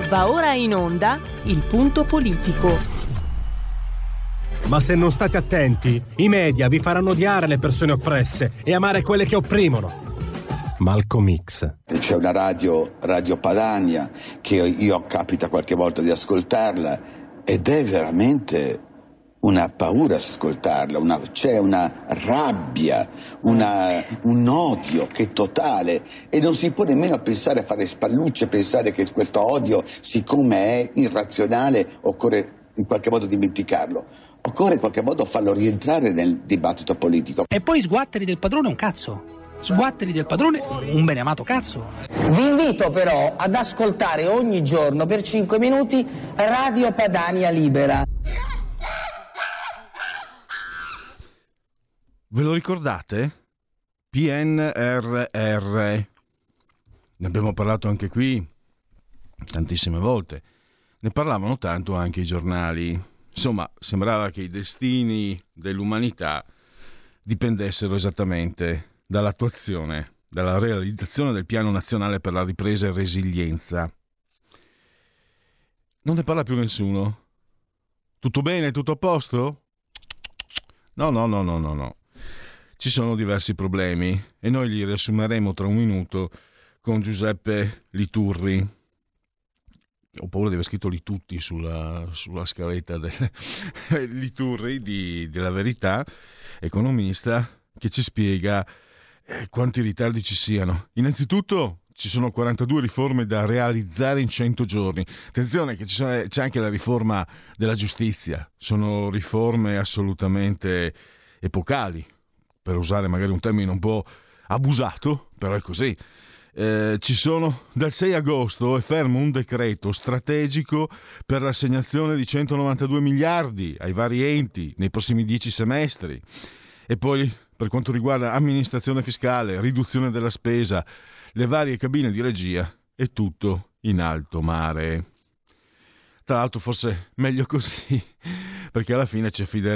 Va ora in onda Il Punto Politico. Ma se non state attenti, i media vi faranno odiare le persone oppresse e amare quelle che opprimono. Malcolm X. C'è una Radio Padania, che io capita qualche volta di ascoltarla, ed è veramente una paura ascoltarla, c'è una rabbia, un odio che è totale, e non si può nemmeno pensare a fare spallucce, pensare che questo odio, siccome è irrazionale, occorre in qualche modo dimenticarlo. Occorre in qualche modo farlo rientrare nel dibattito politico. E poi sguatteri del padrone un cazzo. Sguatteri del padrone un beneamato cazzo. Vi invito però ad ascoltare ogni giorno per 5 minuti Radio Padania Libera. Ve lo ricordate? PNRR. Ne abbiamo parlato anche qui tantissime volte. Ne parlavano tanto anche i giornali. Insomma, sembrava che i destini dell'umanità dipendessero esattamente dall'attuazione, dalla realizzazione del Piano Nazionale per la Ripresa e Resilienza. Non ne parla più nessuno? Tutto bene? Tutto a posto? No. Ci sono diversi problemi e noi li riassumeremo tra un minuto con Giuseppe Liturri. Ho paura di aver scritto Litutti sulla scaletta del Liturri della Verità, economista, che ci spiega quanti ritardi ci siano. Innanzitutto ci sono 42 riforme da realizzare in 100 giorni. Attenzione che c'è anche la riforma della giustizia. Sono riforme assolutamente epocali, per usare magari un termine un po' abusato, però è così. Ci sono, dal 6 agosto è fermo un decreto strategico per l'assegnazione di 192 miliardi ai vari enti nei prossimi 10 semestri. E poi, per quanto riguarda amministrazione fiscale, riduzione della spesa, le varie cabine di regia, è tutto in alto mare. Tra l'altro forse meglio così, perché alla fine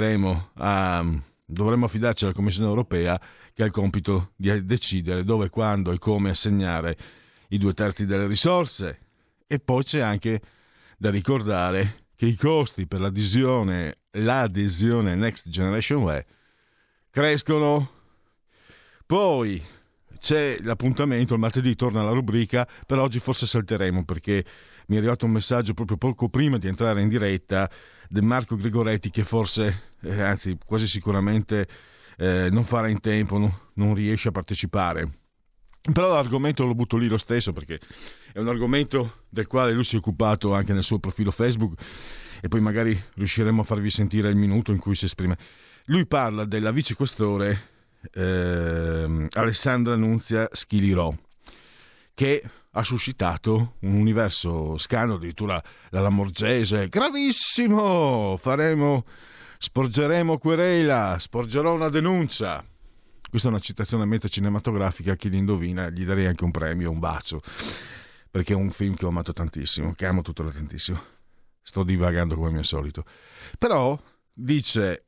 dovremmo affidarci alla Commissione europea, che ha il compito di decidere dove, quando e come assegnare i 2/3 delle risorse. E poi c'è anche da ricordare che i costi per l'adesione Next Generation UE crescono. Poi c'è l'appuntamento, il martedì torna la rubrica, per oggi forse salteremo perché mi è arrivato un messaggio proprio poco prima di entrare in diretta di Marco Gregoretti, che forse, anzi quasi sicuramente non farà in tempo, non riesce a partecipare. Però l'argomento lo butto lì lo stesso, perché è un argomento del quale lui si è occupato anche nel suo profilo Facebook, e poi magari riusciremo a farvi sentire il minuto in cui si esprime. Lui parla della vicequestore Alessandra Nunzia Schilirò, che ha suscitato un universo scandalo, addirittura la Lamorgese, gravissimo, sporgeremo querela, sporgerò una denuncia. Questa è una citazione metacinematografica, chi li indovina gli darei anche un premio, un bacio, perché è un film che ho amato tantissimo, che amo tutto tantissimo. Sto divagando come al mio solito. Però dice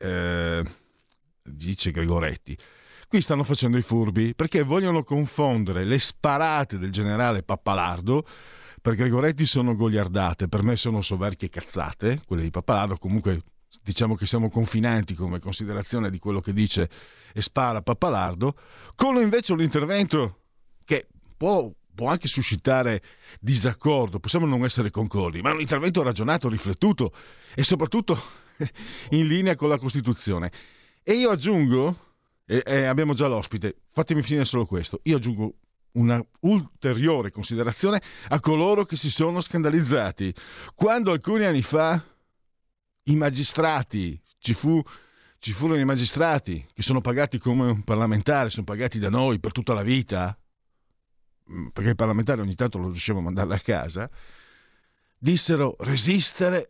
Gregoretti, qui stanno facendo i furbi perché vogliono confondere le sparate del generale Pappalardo. Per Gregoretti sono goliardate, per me sono soverchie cazzate, quelle di Pappalardo. Comunque diciamo che siamo confinanti come considerazione di quello che dice e spara Pappalardo, con invece un intervento che può anche suscitare disaccordo, possiamo non essere concordi, ma è un intervento ragionato, riflettuto e soprattutto in linea con la Costituzione. E io aggiungo, e abbiamo già l'ospite, fatemi finire solo questo, io aggiungo una ulteriore considerazione a coloro che si sono scandalizzati. Quando alcuni anni fa i magistrati, ci furono i magistrati che sono pagati come un parlamentare, sono pagati da noi per tutta la vita, perché il parlamentare ogni tanto lo riusciamo a mandarlo a casa, dissero resistere.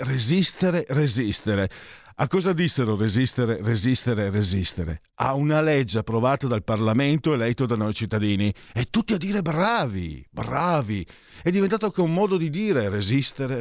A cosa dissero resistere? A una legge approvata dal Parlamento eletto da noi cittadini, e tutti a dire bravi. È diventato anche un modo di dire resistere.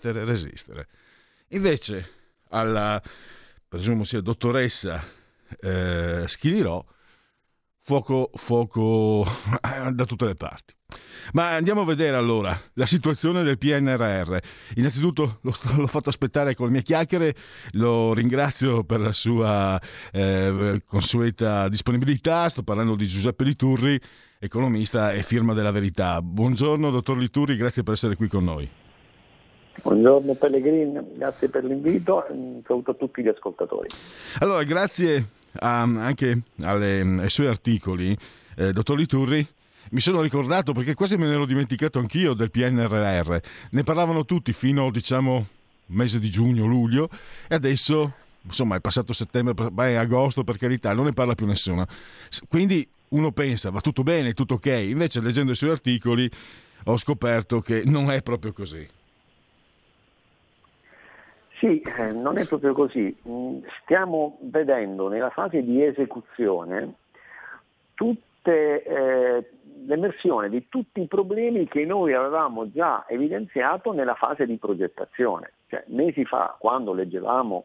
Invece alla, presumo sia dottoressa Schilirò, fuoco da tutte le parti. Ma andiamo a vedere allora la situazione del PNRR. Innanzitutto l'ho fatto aspettare con le mie chiacchiere, lo ringrazio per la sua consueta disponibilità. Sto parlando di Giuseppe Liturri, economista e firma della Verità. Buongiorno dottor Liturri, grazie per essere qui con noi. Buongiorno Pellegrin, grazie per l'invito e un saluto a tutti gli ascoltatori. Allora, grazie anche ai suoi articoli, dottor Liturri, mi sono ricordato, perché quasi me ne ero dimenticato anch'io, del PNRR. Ne parlavano tutti fino, diciamo, mese di giugno-luglio, e adesso, insomma, è passato settembre, è agosto, per carità, non ne parla più nessuno. Quindi uno pensa, va tutto bene, tutto ok. Invece, leggendo i suoi articoli, ho scoperto che non è proprio così. Sì, non è proprio così. Stiamo vedendo nella fase di esecuzione l'emersione di tutti i problemi che noi avevamo già evidenziato nella fase di progettazione. Cioè, mesi fa, quando leggevamo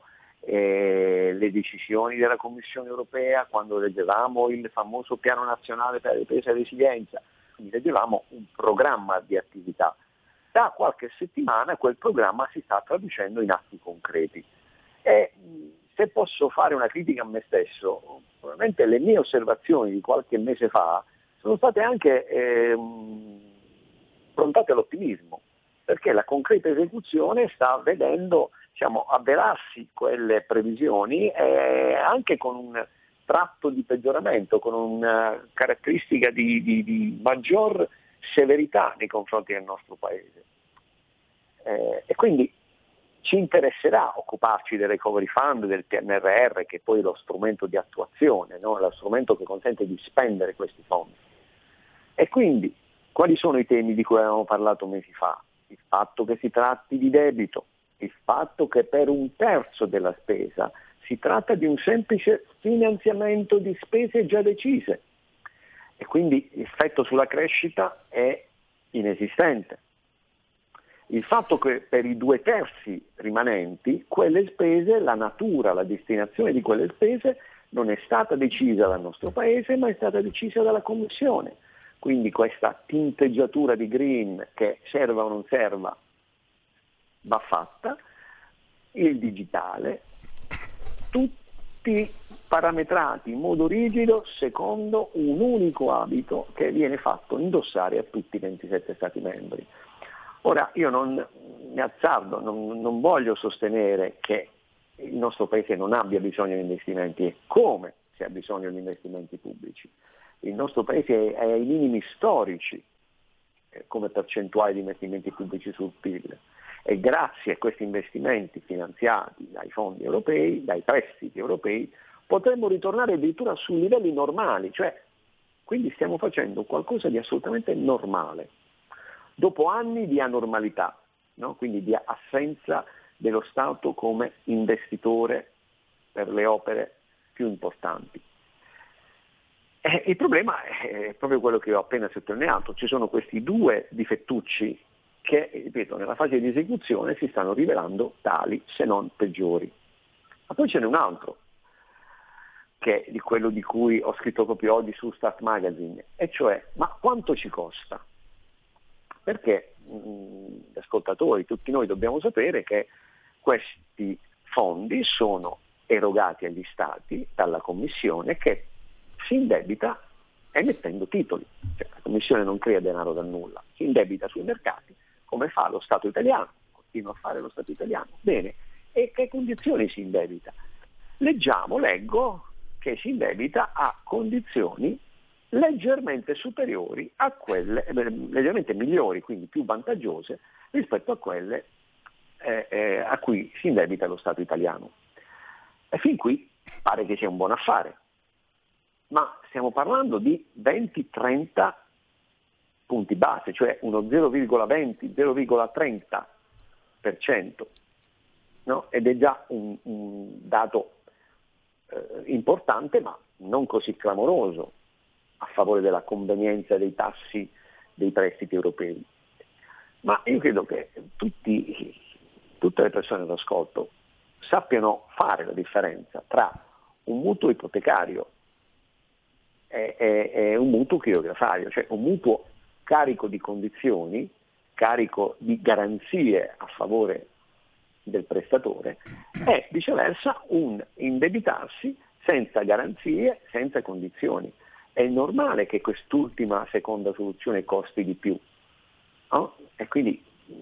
le decisioni della Commissione europea, quando leggevamo il famoso Piano Nazionale per la Ripresa e Resilienza, quindi leggevamo un programma di attività. Da qualche settimana quel programma si sta traducendo in atti concreti. E se posso fare una critica a me stesso, probabilmente le mie osservazioni di qualche mese fa sono state anche prontate all'ottimismo, perché la concreta esecuzione sta vedendo, diciamo, avverarsi quelle previsioni, anche con un tratto di peggioramento, con una caratteristica di maggior severità nei confronti del nostro Paese. E quindi ci interesserà occuparci del Recovery Fund, del PNRR, che è poi lo strumento di attuazione, no? Lo strumento che consente di spendere questi fondi. E quindi quali sono i temi di cui avevamo parlato mesi fa? Il fatto che si tratti di debito, il fatto che per un terzo della spesa si tratta di un semplice finanziamento di spese già decise e quindi l'effetto sulla crescita è inesistente. Il fatto che per i 2/3 rimanenti quelle spese, la natura, la destinazione di quelle spese non è stata decisa dal nostro Paese, ma è stata decisa dalla Commissione. Quindi questa tinteggiatura di green, che serva o non serva, va fatta. Il digitale, tutti parametrati in modo rigido secondo un unico abito che viene fatto indossare a tutti i 27 Stati membri. Ora, io non mi azzardo, non voglio sostenere che il nostro Paese non abbia bisogno di investimenti, e come si ha bisogno di investimenti pubblici. Il nostro Paese è ai minimi storici come percentuale di investimenti pubblici sul PIL e grazie a questi investimenti finanziati dai fondi europei, dai prestiti europei, potremmo ritornare addirittura su livelli normali, cioè quindi stiamo facendo qualcosa di assolutamente normale. Dopo anni di anormalità, no? Quindi di assenza dello Stato come investitore per le opere più importanti. Il problema è proprio quello che ho appena sottolineato, ci sono questi due difettucci che, ripeto, nella fase di esecuzione si stanno rivelando tali, se non peggiori. Ma poi ce n'è un altro, che è di quello di cui ho scritto proprio oggi su Start Magazine, e cioè, ma quanto ci costa? Perché gli ascoltatori, tutti noi dobbiamo sapere che questi fondi sono erogati agli Stati dalla Commissione che si indebita emettendo titoli. Cioè, la Commissione non crea denaro dal nulla, si indebita sui mercati come fa lo Stato italiano, continua a fare lo Stato italiano. Bene, e che condizioni si indebita? Leggo che si indebita a condizioni leggermente superiori a quelle, leggermente migliori, quindi più vantaggiose rispetto a quelle a cui si indebita lo Stato italiano. E fin qui pare che sia un buon affare, ma stiamo parlando di 20-30 punti base, cioè uno 0,20-0,30%, no? Ed è già un dato importante, ma non così clamoroso a favore della convenienza dei tassi dei prestiti europei. Ma io credo che tutte le persone all'ascolto sappiano fare la differenza tra un mutuo ipotecario e un mutuo chirografario, cioè un mutuo carico di condizioni, carico di garanzie a favore del prestatore, e viceversa un indebitarsi senza garanzie, senza condizioni. È normale che quest'ultima seconda soluzione costi di più, no? E quindi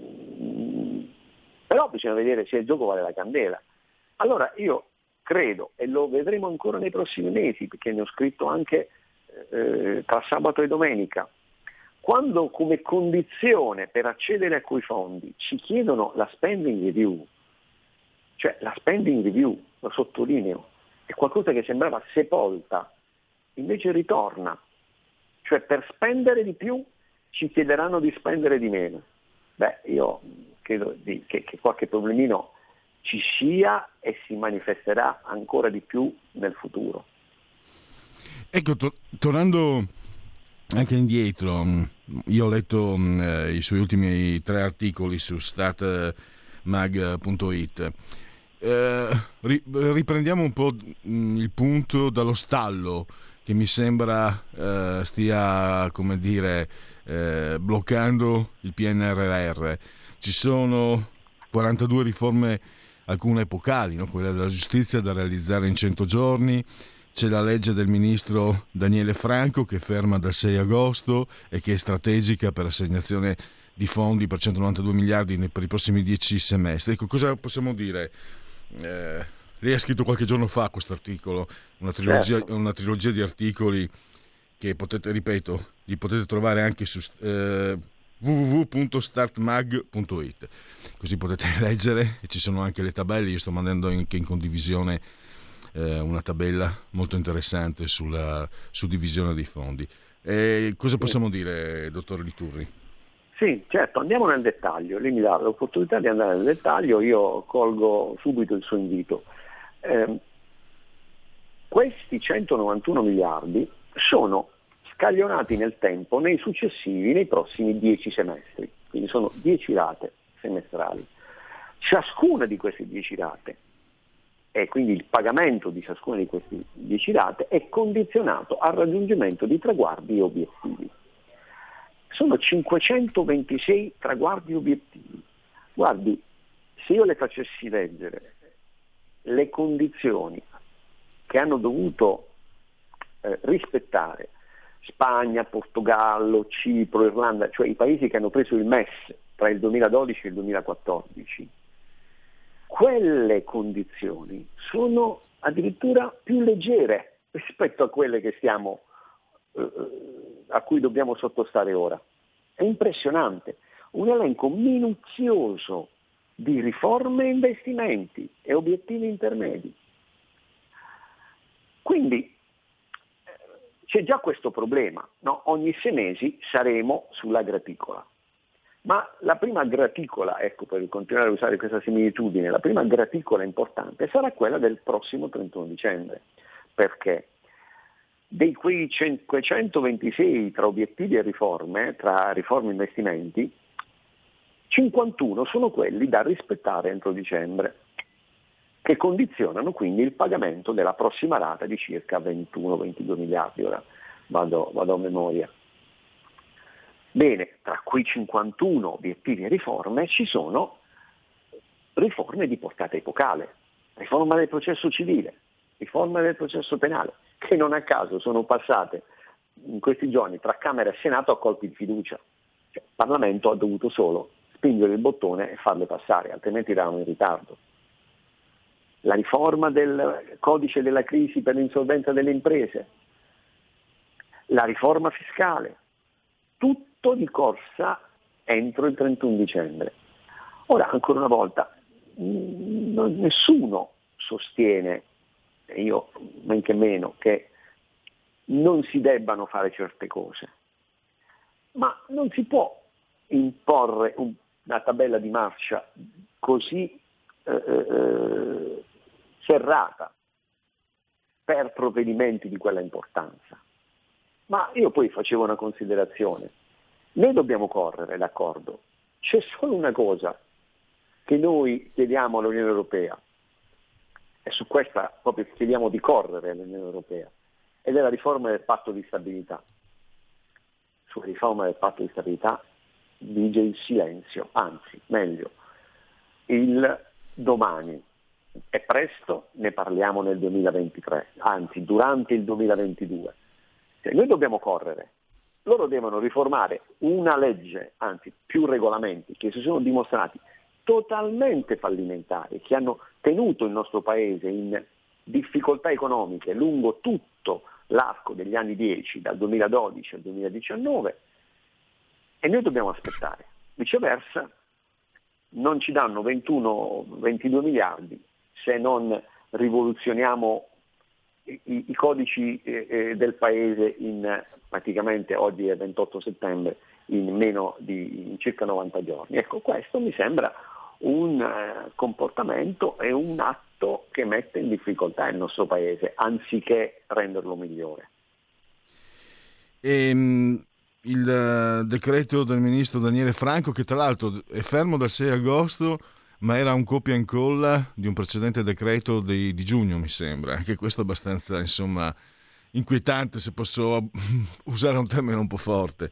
però bisogna vedere se il gioco vale la candela. Allora io credo, e lo vedremo ancora nei prossimi mesi, perché ne ho scritto anche tra sabato e domenica, quando come condizione per accedere a quei fondi ci chiedono la spending review, cioè la spending review, lo sottolineo, è qualcosa che sembrava sepolta, invece ritorna, cioè per spendere di più ci chiederanno di spendere di meno. Beh, io credo che qualche problemino ci sia e si manifesterà ancora di più nel futuro. Ecco, tornando anche indietro, io ho letto i suoi ultimi 3 articoli su statmag.it. Riprendiamo un po' il punto dallo stallo che mi sembra stia, come dire, bloccando il PNRR. Ci sono 42 riforme, alcune epocali, no? Quella della giustizia da realizzare in 100 giorni. C'è la legge del ministro Daniele Franco che ferma dal 6 agosto e che è strategica per assegnazione di fondi per 192 miliardi per i prossimi 10 semestri. Ecco, cosa possiamo dire? Lei ha scritto qualche giorno fa questo articolo, una trilogia di articoli che potete, ripeto, li potete trovare anche su www.startmag.it, così potete leggere, e ci sono anche le tabelle. Io sto mandando anche in condivisione una tabella molto interessante sulla suddivisione dei fondi. Cosa possiamo dire, dottor Liturri? Sì, certo, andiamo nel dettaglio. Lei mi dà l'opportunità di andare nel dettaglio, io colgo subito il suo invito. Questi 191 miliardi sono scaglionati nel tempo nei prossimi 10 semestri, quindi sono 10 rate semestrali. Ciascuna di queste 10 rate, e quindi il pagamento di ciascuna di queste 10 rate, è condizionato al raggiungimento di traguardi e obiettivi. Sono 526 traguardi e obiettivi. Guardi, se io le facessi leggere le condizioni che hanno dovuto rispettare Spagna, Portogallo, Cipro, Irlanda, cioè i paesi che hanno preso il MES tra il 2012 e il 2014, quelle condizioni sono addirittura più leggere rispetto a quelle che a cui dobbiamo sottostare ora. È impressionante, un elenco minuzioso di riforme e investimenti e obiettivi intermedi. Quindi c'è già questo problema, no? Ogni 6 mesi saremo sulla graticola. Ma la prima graticola, ecco, per continuare a usare questa similitudine, la prima graticola importante sarà quella del prossimo 31 dicembre. Perché? Quei 526 tra obiettivi e riforme, tra riforme e investimenti, 51 sono quelli da rispettare entro dicembre, che condizionano quindi il pagamento della prossima rata di circa 21-22 miliardi, ora vado a memoria. Bene, tra quei 51 obiettivi e riforme ci sono riforme di portata epocale, riforma del processo civile, riforma del processo penale, che non a caso sono passate in questi giorni tra Camera e Senato a colpi di fiducia. Cioè, il Parlamento ha dovuto solo spingere il bottone e farle passare, altrimenti eravamo in ritardo. La riforma del codice della crisi per l'insolvenza delle imprese, la riforma fiscale, tutto di corsa entro il 31 dicembre. Ora, ancora una volta, nessuno sostiene, e io men che meno, che non si debbano fare certe cose, ma non si può imporre una tabella di marcia così serrata per provvedimenti di quella importanza. Ma io poi facevo una considerazione. Noi dobbiamo correre, d'accordo. C'è solo una cosa che noi chiediamo all'Unione Europea, e su questa proprio chiediamo di correre all'Unione Europea, ed è la riforma del patto di stabilità. sulla riforma del patto di stabilità vige il silenzio, anzi, meglio, il domani. È presto, ne parliamo nel 2023, anzi durante il 2022. Cioè, noi dobbiamo correre, loro devono riformare una legge, anzi più regolamenti, che si sono dimostrati totalmente fallimentari, che hanno tenuto il nostro paese in difficoltà economiche lungo tutto l'arco degli anni 10, dal 2012 al 2019, e noi dobbiamo aspettare. Viceversa, non ci danno 21-22 miliardi se non rivoluzioniamo i codici del paese praticamente oggi è 28 settembre, in circa 90 giorni. Ecco, questo mi sembra un comportamento e un atto che mette in difficoltà il nostro paese, anziché renderlo migliore. Il decreto del ministro Daniele Franco, che tra l'altro è fermo dal 6 agosto, ma era un copia e incolla di un precedente decreto di giugno, mi sembra. Anche questo è abbastanza, insomma, inquietante, se posso usare un termine un po' forte.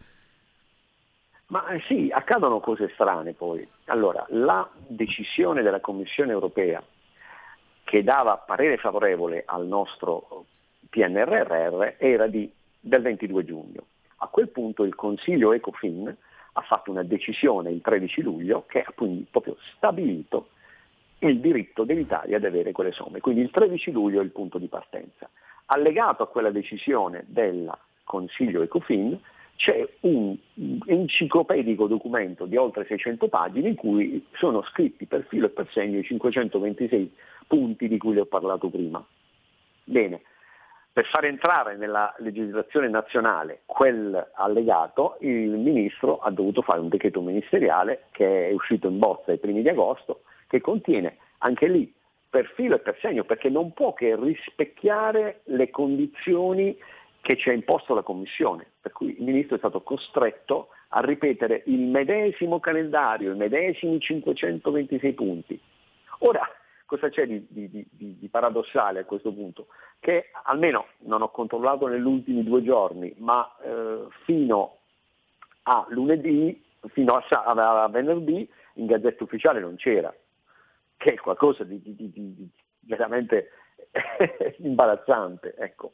Ma sì, accadono cose strane poi. Allora, la decisione della Commissione europea che dava parere favorevole al nostro PNRR era del 22 giugno. A quel punto il Consiglio Ecofin ha fatto una decisione il 13 luglio che ha quindi proprio stabilito il diritto dell'Italia ad avere quelle somme. Quindi il 13 luglio è il punto di partenza. Allegato a quella decisione del Consiglio Ecofin c'è un enciclopedico documento di oltre 600 pagine in cui sono scritti per filo e per segno i 526 punti di cui le ho parlato prima. Bene, per far entrare nella legislazione nazionale quel allegato, il ministro ha dovuto fare un decreto ministeriale che è uscito in bozza ai primi di agosto, che contiene anche lì per filo e per segno, perché non può che rispecchiare le condizioni che ci ha imposto la Commissione, per cui il Ministro è stato costretto a ripetere il medesimo calendario, i medesimi 526 punti. Ora, cosa c'è di paradossale a questo punto? Che almeno non ho controllato negli ultimi 2 giorni, ma fino a lunedì, fino a venerdì, in Gazzetta Ufficiale non c'era, che è qualcosa di veramente imbarazzante, ecco.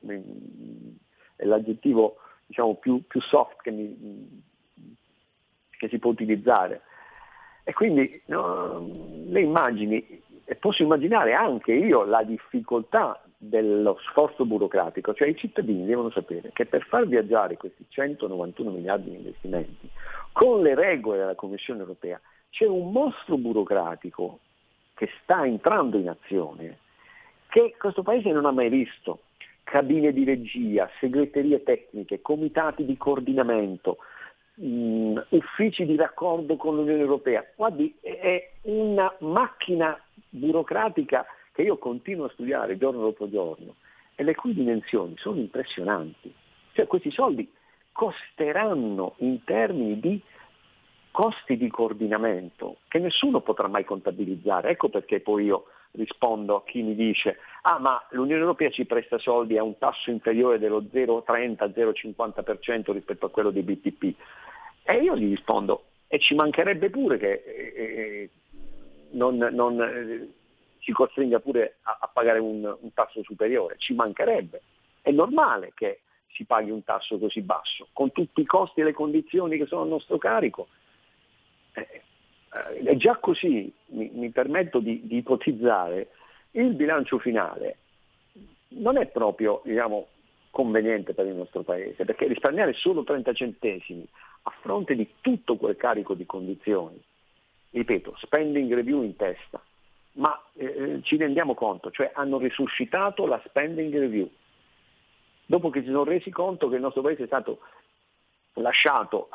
È l'aggettivo, diciamo, più soft che si può utilizzare. E quindi le immagini, e posso immaginare anche io la difficoltà dello sforzo burocratico, cioè i cittadini devono sapere che per far viaggiare questi 191 miliardi di investimenti con le regole della Commissione europea c'è un mostro burocratico che sta entrando in azione che questo Paese non ha mai visto. Cabine di regia, segreterie tecniche, comitati di coordinamento, uffici di raccordo con l'Unione Europea. Guardi, è una macchina burocratica che io continuo a studiare giorno dopo giorno e le cui dimensioni sono impressionanti. Cioè questi soldi costeranno in termini di costi di coordinamento che nessuno potrà mai contabilizzare. Ecco perché poi io rispondo a chi mi dice ma l'Unione Europea ci presta soldi a un tasso inferiore dello 0,30-0,50% rispetto a quello dei BTP. E io gli rispondo, e ci mancherebbe pure che non ci costringa pure a pagare un tasso superiore, ci mancherebbe. È normale che si paghi un tasso così basso, con tutti i costi e le condizioni che sono a nostro carico. È già così, mi permetto di ipotizzare, il bilancio finale non è proprio, diciamo, conveniente per il nostro Paese, perché risparmiare solo 30 centesimi a fronte di tutto quel carico di condizioni, ripeto, spending review in testa, ma ci rendiamo conto, cioè hanno risuscitato la spending review, dopo che si sono resi conto che il nostro Paese è stato lasciato,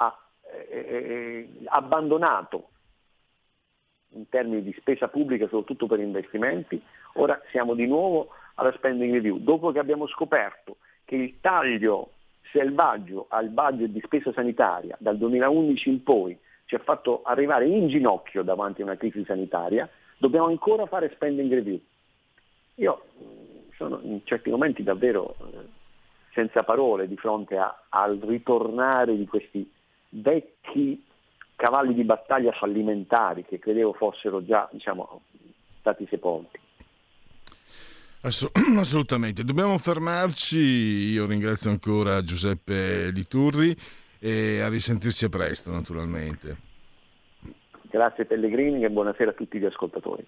abbandonato in termini di spesa pubblica, soprattutto per investimenti. Ora siamo di nuovo alla spending review, dopo che abbiamo scoperto che il taglio selvaggio al budget di spesa sanitaria dal 2011 in poi ci ha fatto arrivare in ginocchio davanti a una crisi sanitaria, dobbiamo ancora fare spending review. Io sono in certi momenti davvero senza parole di fronte al ritornare di questi vecchi cavalli di battaglia fallimentari che credevo fossero già, stati sepolti. Assolutamente, dobbiamo fermarci. Io ringrazio ancora Giuseppe Liturri e a risentirci a presto, naturalmente. Grazie Pellegrini e buonasera a tutti gli ascoltatori.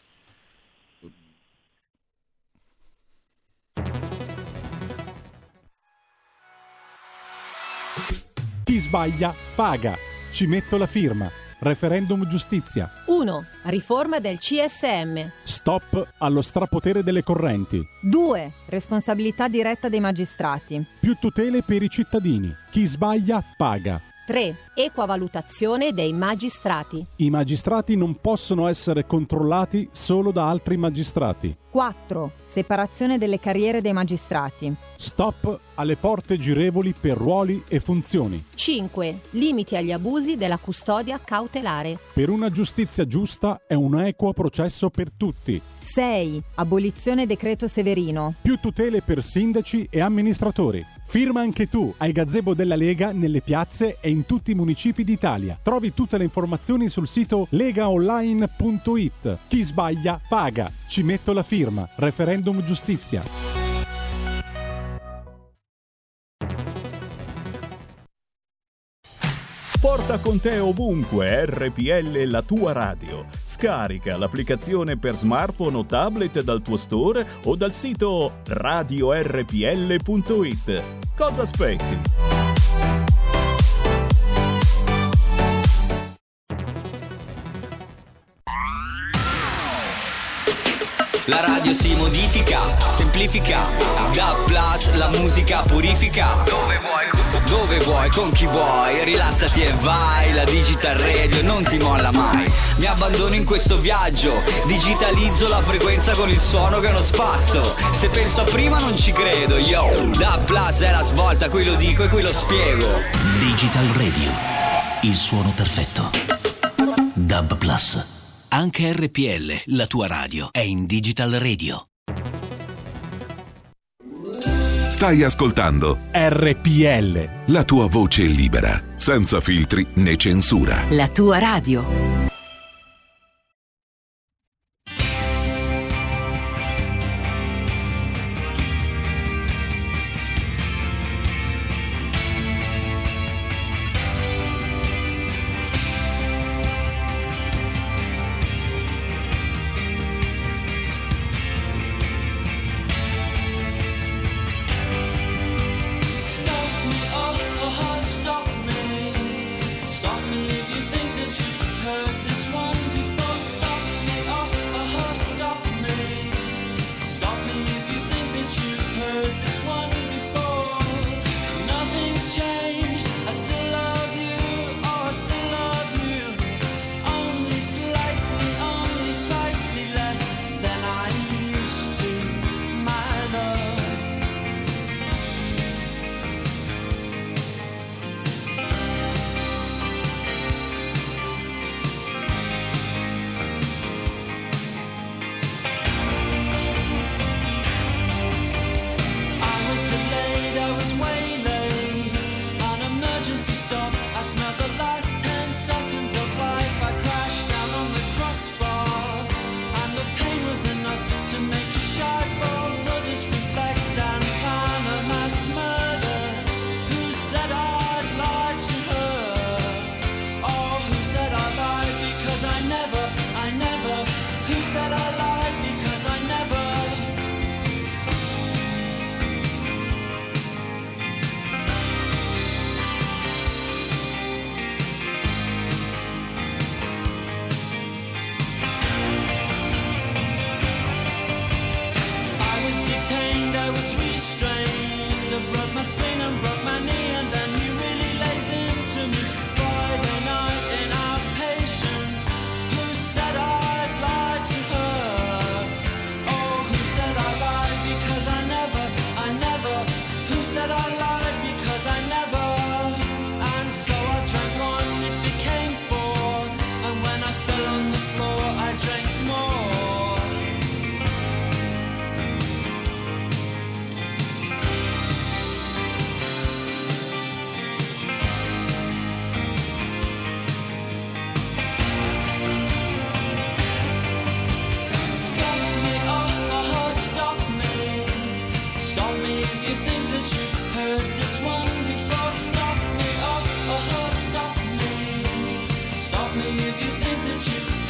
Chi sbaglia paga. Ci metto la firma. Referendum giustizia. 1. Riforma del CSM. Stop allo strapotere delle correnti. 2. Responsabilità diretta dei magistrati. Più tutele per i cittadini. Chi sbaglia paga. 3. Equa valutazione dei magistrati. I magistrati non possono essere controllati solo da altri magistrati. 4. Separazione delle carriere dei magistrati. Stop alle porte girevoli per ruoli e funzioni. 5. Limiti agli abusi della custodia cautelare. Per una giustizia giusta è un equo processo per tutti. 6. Abolizione decreto Severino. Più tutele per sindaci e amministratori. Firma anche tu ai gazebo della Lega nelle piazze e in tutti i municipi d'Italia. Trovi tutte le informazioni sul sito legaonline.it. Chi sbaglia paga. Ci metto la firma. Referendum giustizia. Porta con te ovunque RPL, la tua radio. Scarica l'applicazione per smartphone o tablet dal tuo store o dal sito radiorpl.it. Cosa aspetti? La radio si modifica, semplifica, DAB+, la musica purifica. Dove vuoi, con chi vuoi, rilassati e vai. La Digital Radio non ti molla mai. Mi abbandono in questo viaggio, digitalizzo la frequenza con il suono che non spasso. Se penso a prima non ci credo, yo. DAB+ è la svolta, qui lo dico e qui lo spiego. Digital Radio, il suono perfetto. DAB+. Anche RPL, la tua radio, è in Digital Radio. Stai ascoltando RPL, la tua voce libera, senza filtri né censura. La tua radio. Stop me if you think that you hurt me.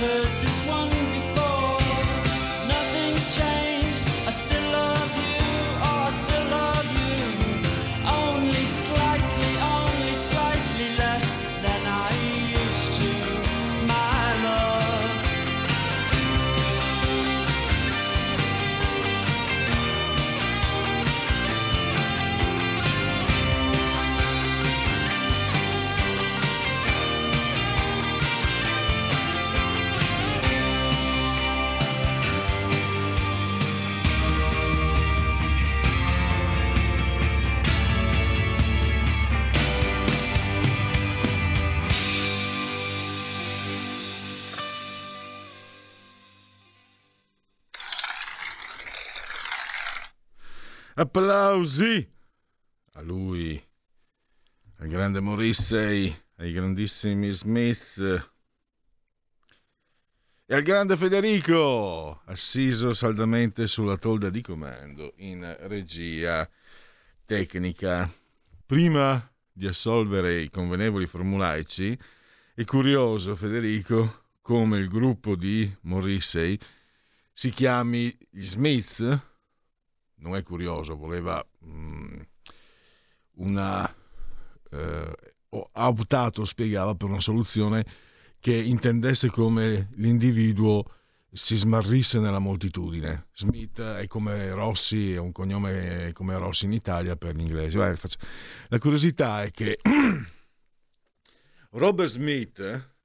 heard this one before. Nothing's changed, I still love you, oh I still love you. Only slightly less than I used to, my love. Applausi a lui, al grande Morrissey, ai grandissimi Smith e al grande Federico, assiso saldamente sulla tolda di comando in regia tecnica. Prima di assolvere i convenevoli formulaici, è curioso, Federico, come il gruppo di Morrissey si chiami gli Smith. Non è curioso, voleva ha optato, spiegava, per una soluzione che intendesse come l'individuo si smarrisse nella moltitudine. Smith è come Rossi, è un cognome come Rossi in Italia per gli inglesi. La curiosità è che Robert Smith,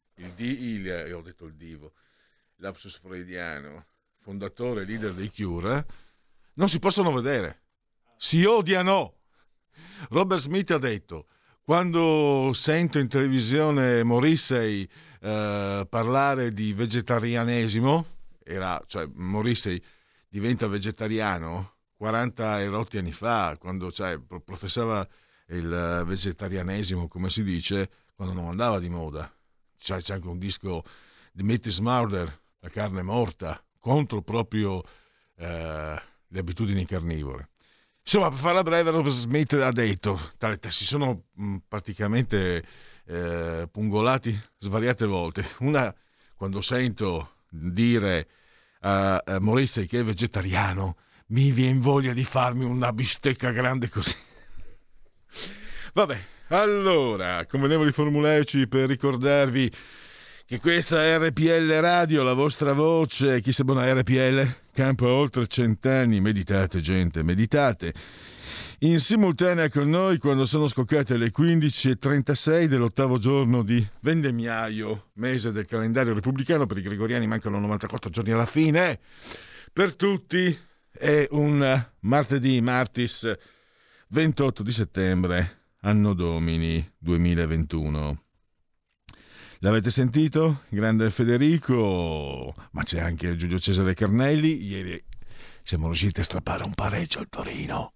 ho detto il divo, lapsus freudiano, fondatore e leader dei Cure, non si possono vedere, si odiano. Robert Smith ha detto: quando sento in televisione Morrissey parlare di vegetarianesimo, cioè Morrissey diventa vegetariano 40 e rotti anni fa, quando professava il vegetarianesimo, come si dice, quando non andava di moda. C'è anche un disco di Meat is Murder, la carne morta, contro proprio le abitudini carnivore. Insomma, per farla breve, Robert Smith ha detto, si sono praticamente pungolati svariate volte. Una, quando sento dire a Morrissey che è vegetariano, mi viene voglia di farmi una bistecca grande così. Vabbè, allora, convenevoli formulaici per ricordarvi che questa è RPL Radio, la vostra voce. Chi sa buona RPL? Campa oltre 100 anni. Meditate, gente, meditate. In simultanea con noi quando sono scoccate le 15:36 dell'8° giorno di vendemmiaio, mese del calendario repubblicano. Per i gregoriani mancano 94 giorni alla fine. Per tutti è un martis 28 di settembre, anno domini 2021. L'avete sentito? Grande Federico, ma c'è anche Giulio Cesare Carnelli. Ieri siamo riusciti a strappare un pareggio al Torino.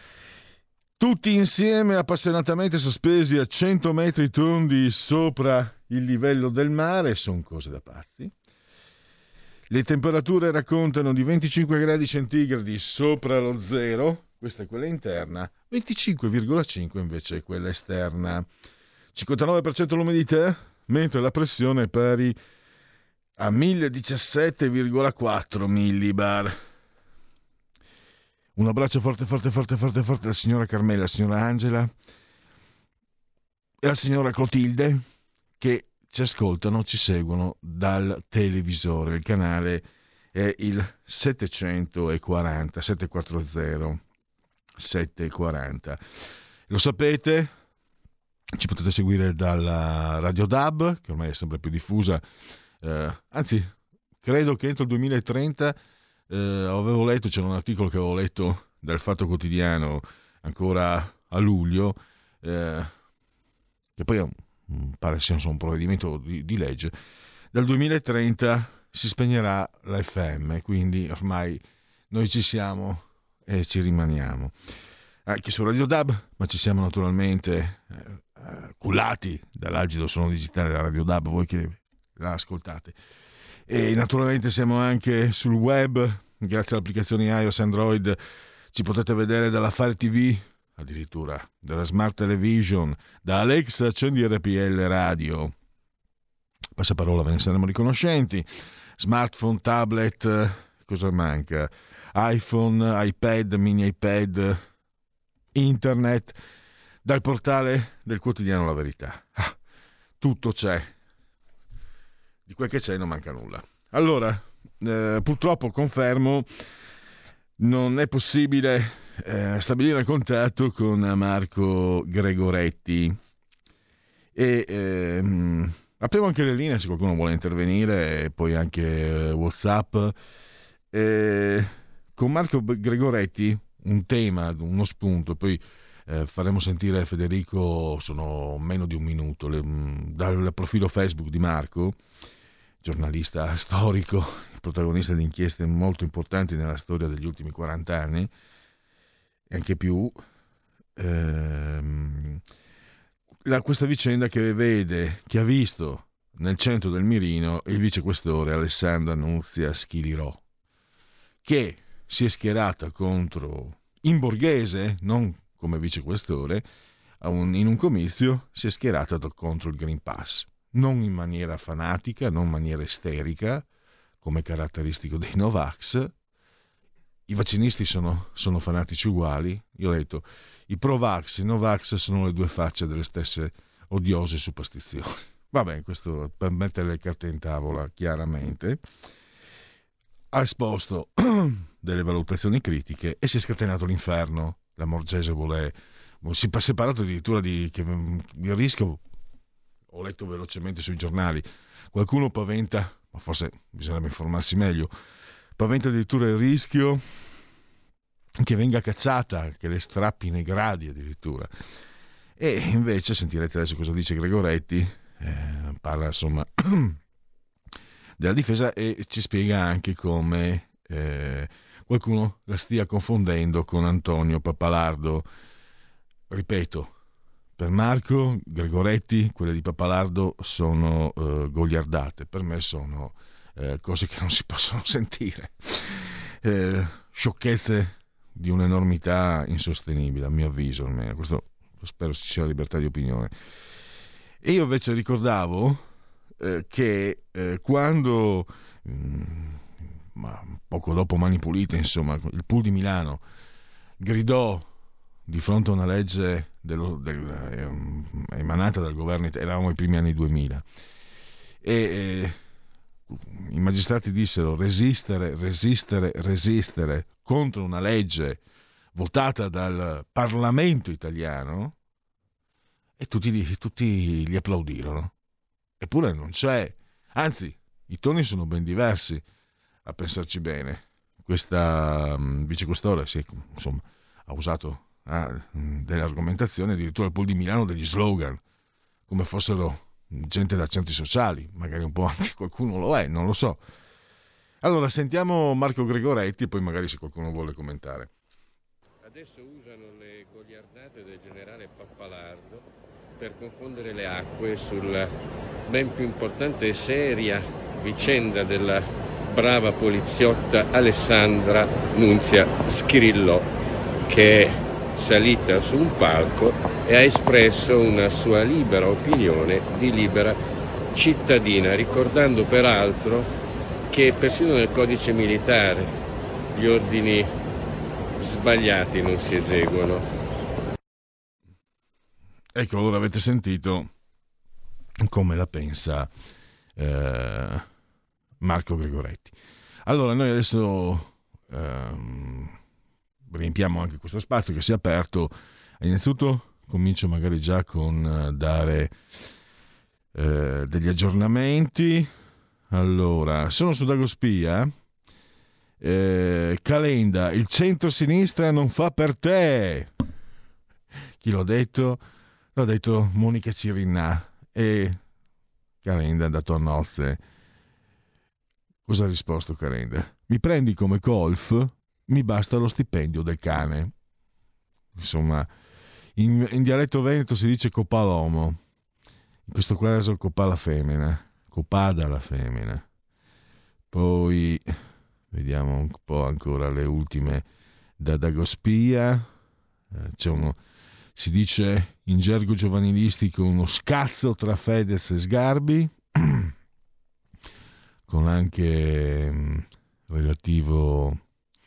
Tutti insieme, appassionatamente sospesi a 100 metri tondi sopra il livello del mare. Sono cose da pazzi. Le temperature raccontano di 25 gradi centigradi sopra lo zero. Questa è quella interna. 25,5 invece è quella esterna. 59% l'umidità, mentre la pressione è pari a 1017,4 millibar. Un abbraccio forte alla signora Carmela, alla signora Angela e alla signora Clotilde, che ci ascoltano, ci seguono dal televisore. Il canale è il 740 740. Lo sapete? Ci potete seguire dalla Radio DAB, che ormai è sempre più diffusa, anzi credo che entro il 2030 avevo letto, c'era un articolo che avevo letto dal Fatto Quotidiano ancora a luglio, che poi pare sia un provvedimento di legge. Dal 2030 si spegnerà la FM, quindi ormai noi ci siamo e ci rimaniamo anche su Radio DAB, ma ci siamo naturalmente cullati dall'algido suono digitale della Radio DAB, voi che la ascoltate, e naturalmente siamo anche sul web, grazie alle applicazioni iOS e Android. Ci potete vedere dalla Fire TV, addirittura dalla Smart Television, da Alexa accendi RPL Radio. passaparola, ve ne saremo riconoscenti. Smartphone, tablet, cosa manca? iPhone, iPad, mini iPad, internet, dal portale del quotidiano La Verità. Tutto c'è. Di quel che c'è non manca nulla. Allora, purtroppo confermo, non è possibile stabilire contatto con Marco Gregoretti. E apriamo anche le linee se qualcuno vuole intervenire, e poi anche WhatsApp. Con Marco Gregoretti un tema, uno spunto, poi faremo sentire Federico, sono meno di un minuto, dal profilo Facebook di Marco, giornalista storico, protagonista di inchieste molto importanti nella storia degli ultimi 40 anni e anche più. Questa vicenda che ha visto nel centro del mirino il vicequestore Alessandra Nunzia Schilirò, che si è schierata contro in Borghese, non come vicequestore, in un comizio si è schierata contro il Green Pass, non in maniera fanatica, non in maniera isterica, come caratteristico dei Novax. I vaccinisti sono fanatici uguali. Io ho detto, i Pro-Vax e i Novax sono le due facce delle stesse odiose superstizioni. Va bene, questo per mettere le carte in tavola chiaramente. Ha esposto delle valutazioni critiche e si è scatenato l'inferno. La Morgese si è parlato addirittura di rischio. Ho letto velocemente sui giornali, qualcuno paventa, ma forse bisognerebbe informarsi meglio, paventa addirittura il rischio che venga cacciata, che le strappi nei gradi addirittura. E invece sentirete adesso cosa dice Gregoretti, parla insomma della difesa e ci spiega anche come qualcuno la stia confondendo con Antonio Pappalardo. Ripeto, per Marco Gregoretti quelle di Pappalardo sono goliardate, per me sono cose che non si possono sentire, sciocchezze di un'enormità insostenibile, a mio avviso almeno. Questo spero ci sia libertà di opinione. E io invece ricordavo che quando poco dopo Mani Pulite, insomma, il pool di Milano gridò di fronte a una legge emanata dal governo, eravamo ai primi anni 2000, e i magistrati dissero resistere contro una legge votata dal Parlamento italiano, e tutti gli applaudirono. Eppure non c'è, anzi i toni sono ben diversi a pensarci bene. Questa vicequestore ha usato delle argomentazioni, addirittura il pool di Milano degli slogan, come fossero gente da centri sociali, magari un po' anche qualcuno lo è, non lo so. Allora sentiamo Marco Gregoretti e poi magari se qualcuno vuole commentare. Adesso usano le goliardate del generale Pappalardo per confondere le acque sulla ben più importante e seria vicenda della brava poliziotta Alessandra Nunzia Schilirò, che è salita su un palco e ha espresso una sua libera opinione di libera cittadina, ricordando peraltro che persino nel codice militare gli ordini sbagliati non si eseguono. Ecco, allora avete sentito come la pensa Marco Gregoretti. Allora noi adesso riempiamo anche questo spazio che si è aperto. Innanzitutto comincio magari già con dare degli aggiornamenti. Allora, sono su Dagospia. Calenda, il centro-sinistra non fa per te. Chi l'ho detto? L'ho detto Monica Cirinà. E Calenda è andato a nozze. Cosa ha risposto Calenda? Mi prendi come golf? Mi basta lo stipendio del cane. Insomma, in dialetto veneto si dice copalomo, in questo caso copà la femmina, copada la femmina. Poi vediamo un po' ancora le ultime da Dagospia. C'è si dice in gergo giovanilistico, uno scazzo tra Fedez e Sgarbi. con anche relativo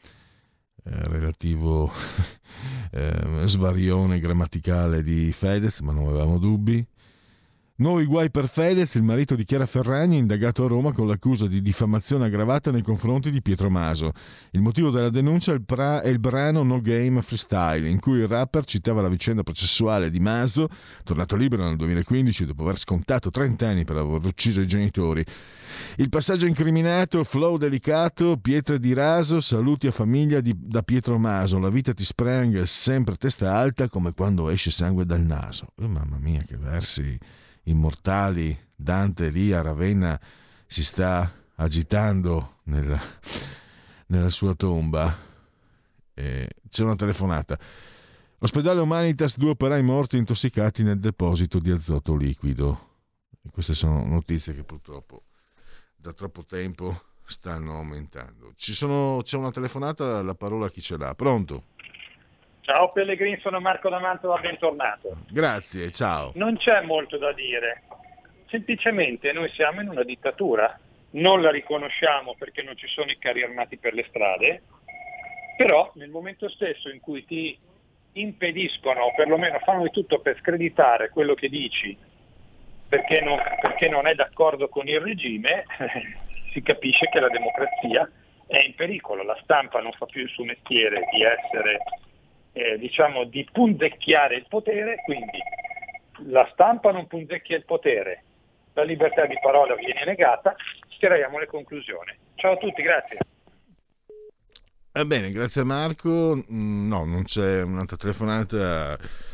svarione grammaticale di Fedez, ma non avevamo dubbi. Nuovi guai per Fedez, il marito di Chiara Ferragni indagato a Roma con l'accusa di diffamazione aggravata nei confronti di Pietro Maso. Il motivo della denuncia è il brano No Game Freestyle, in cui il rapper citava la vicenda processuale di Maso, tornato libero nel 2015 dopo aver scontato 30 anni per aver ucciso i genitori. Il passaggio incriminato, flow delicato, pietre di raso, saluti a famiglia da Pietro Maso, la vita ti sprang sempre testa alta come quando esce sangue dal naso. Mamma mia, che versi immortali. Dante lì a Ravenna si sta agitando nella sua tomba. C'è una telefonata. Ospedale Humanitas, 2 operai morti intossicati nel deposito di azoto liquido. E queste sono notizie che purtroppo da troppo tempo stanno aumentando. C'è una telefonata, la parola a chi ce l'ha. Pronto? Ciao Pellegrini, sono Marco da Mantova, bentornato. Grazie, ciao. Non c'è molto da dire, semplicemente noi siamo in una dittatura, non la riconosciamo perché non ci sono i carri armati per le strade, però nel momento stesso in cui ti impediscono, o perlomeno fanno di tutto per screditare quello che dici, perché non è d'accordo con il regime, si capisce che la democrazia è in pericolo. La stampa non fa più il suo mestiere di essere, di punzecchiare il potere, quindi la stampa non punzecchia il potere, la libertà di parola viene negata, tiriamo le conclusioni. Ciao a tutti, grazie. Bene, grazie a Marco. No, non c'è un'altra telefonata.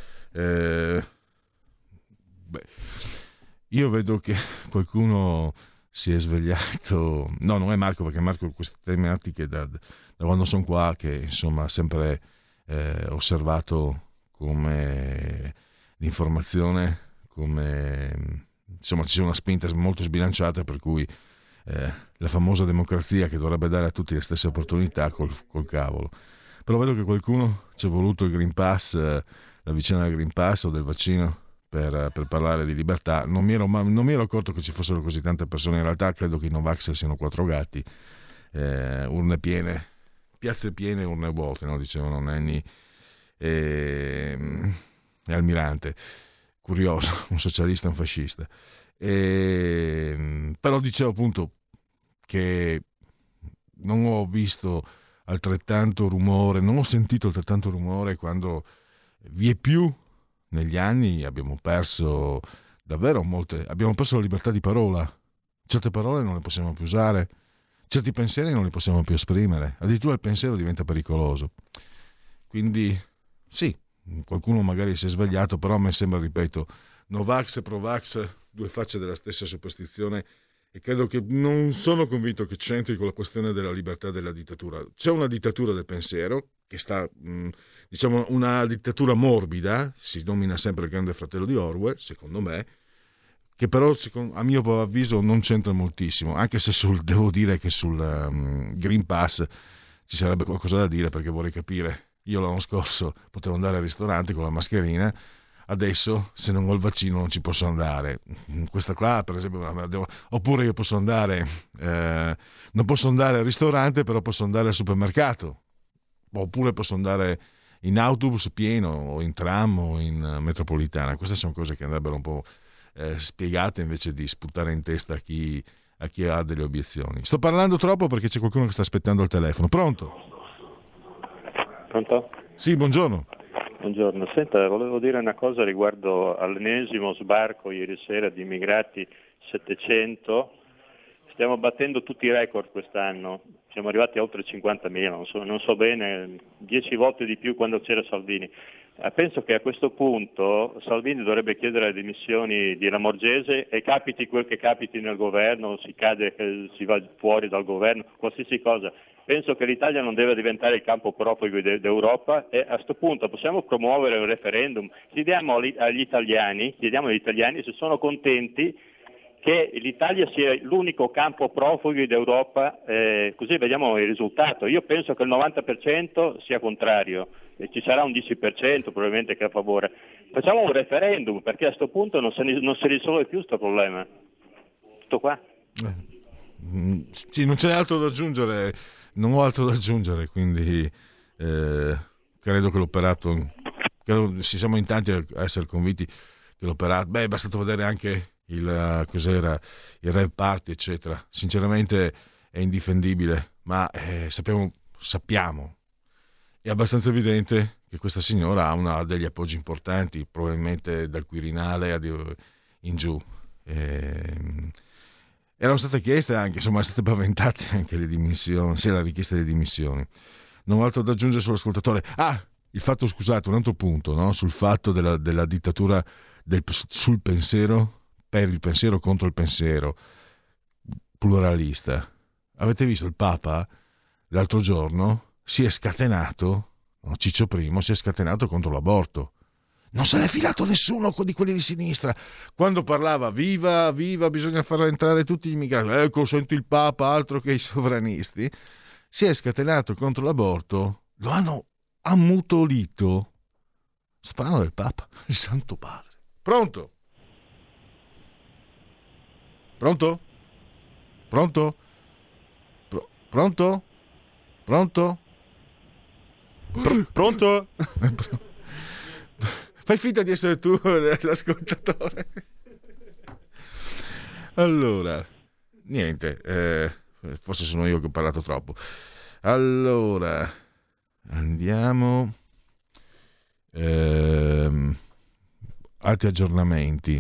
Io vedo che qualcuno si è svegliato. No, non è Marco, perché Marco queste tematiche da quando sono qua, che insomma ha sempre osservato come l'informazione, come insomma ci sia una spinta molto sbilanciata, per cui la famosa democrazia che dovrebbe dare a tutti le stesse opportunità col cavolo. Però vedo che qualcuno ci è voluto il Green Pass, la vicenda del Green Pass o del vaccino per parlare di libertà. Non mi ero accorto che ci fossero così tante persone. In realtà credo che i Novax siano 4 gatti, urne piene, piazze piene, urne vuote, no? Dicevano Nenni e Almirante. Curioso, un socialista e un fascista. Però dicevo appunto che non ho visto altrettanto rumore, non ho sentito altrettanto rumore quando vi è più negli anni abbiamo perso davvero abbiamo perso la libertà di parola. Certe parole non le possiamo più usare, certi pensieri non li possiamo più esprimere, addirittura il pensiero diventa pericoloso. Quindi sì, qualcuno magari si è svegliato, però a me sembra, ripeto, Novax e Provax, 2 facce della stessa superstizione, e credo che non sono convinto che c'entri con la questione della libertà della dittatura. C'è una dittatura del pensiero che sta, diciamo, una dittatura morbida, si nomina sempre il Grande Fratello di Orwell, secondo me, che però a mio avviso non c'entra moltissimo, anche se devo dire che sul Green Pass ci sarebbe qualcosa da dire, perché vorrei capire. Io l'anno scorso potevo andare al ristorante con la mascherina, adesso se non ho il vaccino non ci posso andare. Questa qua per esempio, oppure io posso andare non posso andare al ristorante, però posso andare al supermercato, oppure posso andare in autobus pieno o in tram o in metropolitana. Queste sono cose che andrebbero un po' spiegate, invece di sputare in testa a chi ha delle obiezioni. Sto parlando troppo perché c'è qualcuno che sta aspettando al telefono. Pronto? Pronto? Sì, buongiorno. Buongiorno, senta, volevo dire una cosa riguardo all'ennesimo sbarco ieri sera di immigrati, 700. Stiamo battendo tutti i record quest'anno, siamo arrivati a oltre 50.000, non so bene, 10 volte di più quando c'era Salvini. Penso che a questo punto Salvini dovrebbe chiedere le dimissioni di Lamorgese, e capiti quel che capiti nel governo, si va fuori dal governo, qualsiasi cosa. Penso che l'Italia non deve diventare il campo profughi d'Europa, e a questo punto possiamo promuovere un referendum. Chiediamo agli italiani se sono contenti che l'Italia sia l'unico campo profughi d'Europa, così vediamo il risultato. Io penso che il 90% sia contrario, e ci sarà un 10% probabilmente che è a favore. Facciamo un referendum, perché a questo punto non si risolve più questo problema. Tutto qua. Sì, non c'è altro da aggiungere, non ho altro da aggiungere, quindi credo che l'operato, siamo in tanti a essere convinti che l'operato, è bastato vedere anche cos'era il rave party eccetera, sinceramente è indifendibile, ma sappiamo, è abbastanza evidente che questa signora ha degli appoggi importanti, probabilmente dal Quirinale in giù. Erano state chieste anche, insomma, state paventate anche le dimissioni, la richiesta di dimissioni. Non ho altro da aggiungere sull'ascoltatore. Il fatto, scusate, un altro punto, no? Sul fatto della dittatura sul pensiero, per il pensiero contro il pensiero pluralista. Avete visto il Papa l'altro giorno si è scatenato, no? Ciccio I si è scatenato contro l'aborto. Non se l'è filato nessuno di quelli di sinistra. Quando parlava viva, bisogna far entrare tutti gli immigrati. Ecco, sento il Papa, altro che i sovranisti. Si è scatenato contro l'aborto, lo hanno ammutolito. Sto parlando del Papa, il Santo Padre. Pronto? Pronto? Pronto? Pronto? Pronto? Pronto? Fai finta di essere tu l'ascoltatore. Allora, niente, forse sono io che ho parlato troppo. Allora, andiamo. Altri aggiornamenti.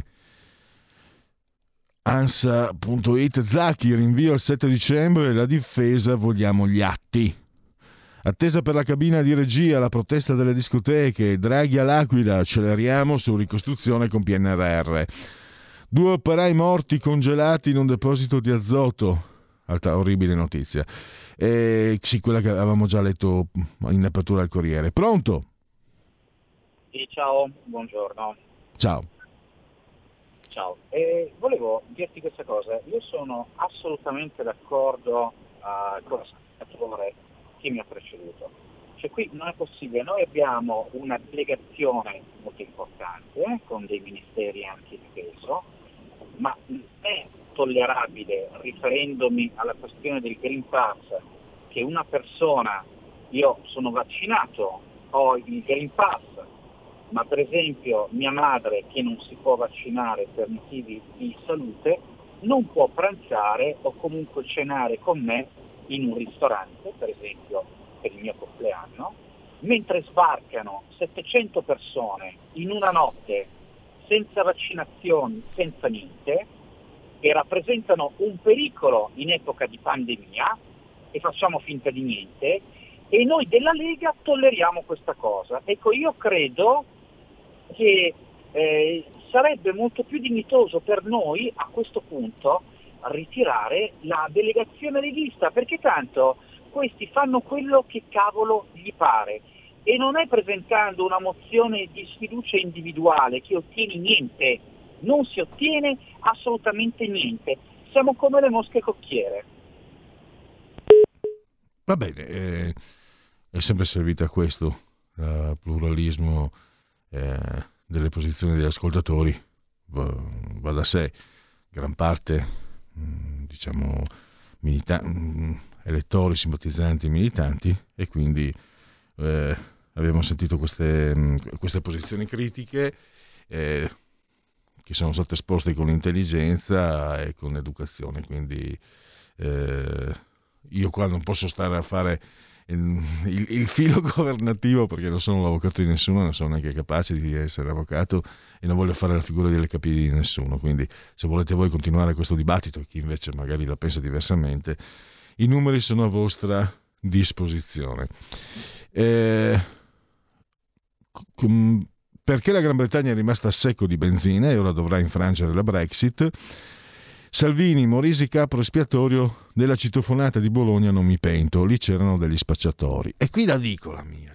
Ansa.it, Zacchi, rinvio al 7 dicembre, la difesa, vogliamo gli atti. Attesa per la cabina di regia, la protesta delle discoteche, Draghi all'Aquila, acceleriamo su ricostruzione con PNRR. 2 operai morti congelati in un deposito di azoto, altra orribile notizia. Sì, quella che avevamo già letto in apertura al Corriere. Pronto? Sì, ciao, buongiorno. Ciao. Ciao, volevo dirti questa cosa, io sono assolutamente d'accordo con l'ascoltatore che mi ha preceduto, cioè qui non è possibile, noi abbiamo una delegazione molto importante con dei ministeri anche di peso, ma non è tollerabile, riferendomi alla questione del Green Pass, che una persona, io sono vaccinato, ho il Green Pass, ma per esempio mia madre che non si può vaccinare per motivi di salute non può pranzare o comunque cenare con me in un ristorante, per esempio per il mio compleanno, mentre sbarcano 700 persone in una notte senza vaccinazioni, senza niente, e rappresentano un pericolo in epoca di pandemia e facciamo finta di niente, e noi della Lega tolleriamo questa cosa. Ecco, io credo che sarebbe molto più dignitoso per noi a questo punto ritirare la delegazione leghista, perché tanto questi fanno quello che cavolo gli pare, e non è presentando una mozione di sfiducia individuale che ottieni niente, non si ottiene assolutamente niente, siamo come le mosche cocchiere. Va bene, è sempre servita a questo, pluralismo delle posizioni degli ascoltatori, va da sé, gran parte diciamo elettori, simpatizzanti, militanti, e quindi abbiamo sentito queste posizioni critiche che sono state esposte con intelligenza e con educazione, quindi io qua non posso stare a fare il filo governativo, perché non sono l'avvocato di nessuno, non sono neanche capace di essere avvocato e non voglio fare la figura delle capire di nessuno, quindi se volete voi continuare questo dibattito, chi invece magari la pensa diversamente, i numeri sono a vostra disposizione. Perché la Gran Bretagna è rimasta a secco di benzina e ora dovrà infrangere la Brexit, Salvini, Morisi capro espiatorio della citofonata di Bologna, non mi pento, lì c'erano degli spacciatori. E qui la dico la mia,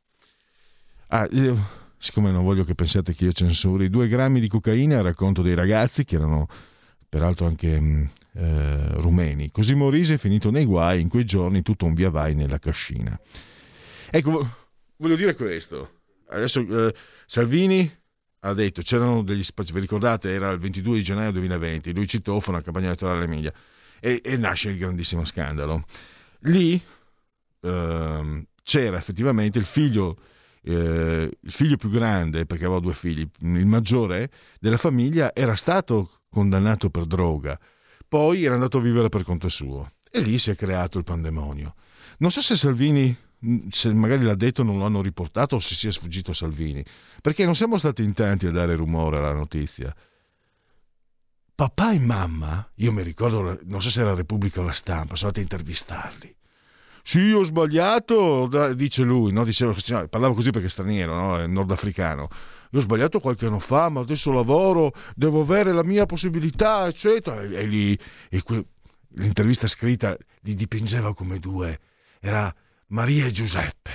siccome non voglio che pensiate che io censuri, 2 grammi di cocaina al racconto dei ragazzi, che erano peraltro anche rumeni. Così Morisi è finito nei guai, in quei giorni tutto un via vai nella cascina. Ecco, voglio dire questo. Adesso Salvini ha detto c'erano degli spazi, vi ricordate, era il 22 di gennaio 2020, lui citofono a campagna elettorale all'Emilia, e nasce il grandissimo scandalo. Lì c'era effettivamente il figlio più grande, perché aveva 2 figli, il maggiore della famiglia era stato condannato per droga, poi era andato a vivere per conto suo e lì si è creato il pandemonio. Non so se Salvini, se magari l'ha detto, non lo hanno riportato o se sia sfuggito a Salvini, perché non siamo stati in tanti a dare rumore alla notizia. Papà e mamma, io mi ricordo, non so se era Repubblica o La Stampa, sono andati a intervistarli. Sì, ho sbagliato, dice lui, no? Parlava così perché è straniero, no? È nordafricano. Io ho sbagliato qualche anno fa, ma adesso lavoro, devo avere la mia possibilità, eccetera. E lì l'intervista scritta li dipingeva come 2. Era Maria e Giuseppe.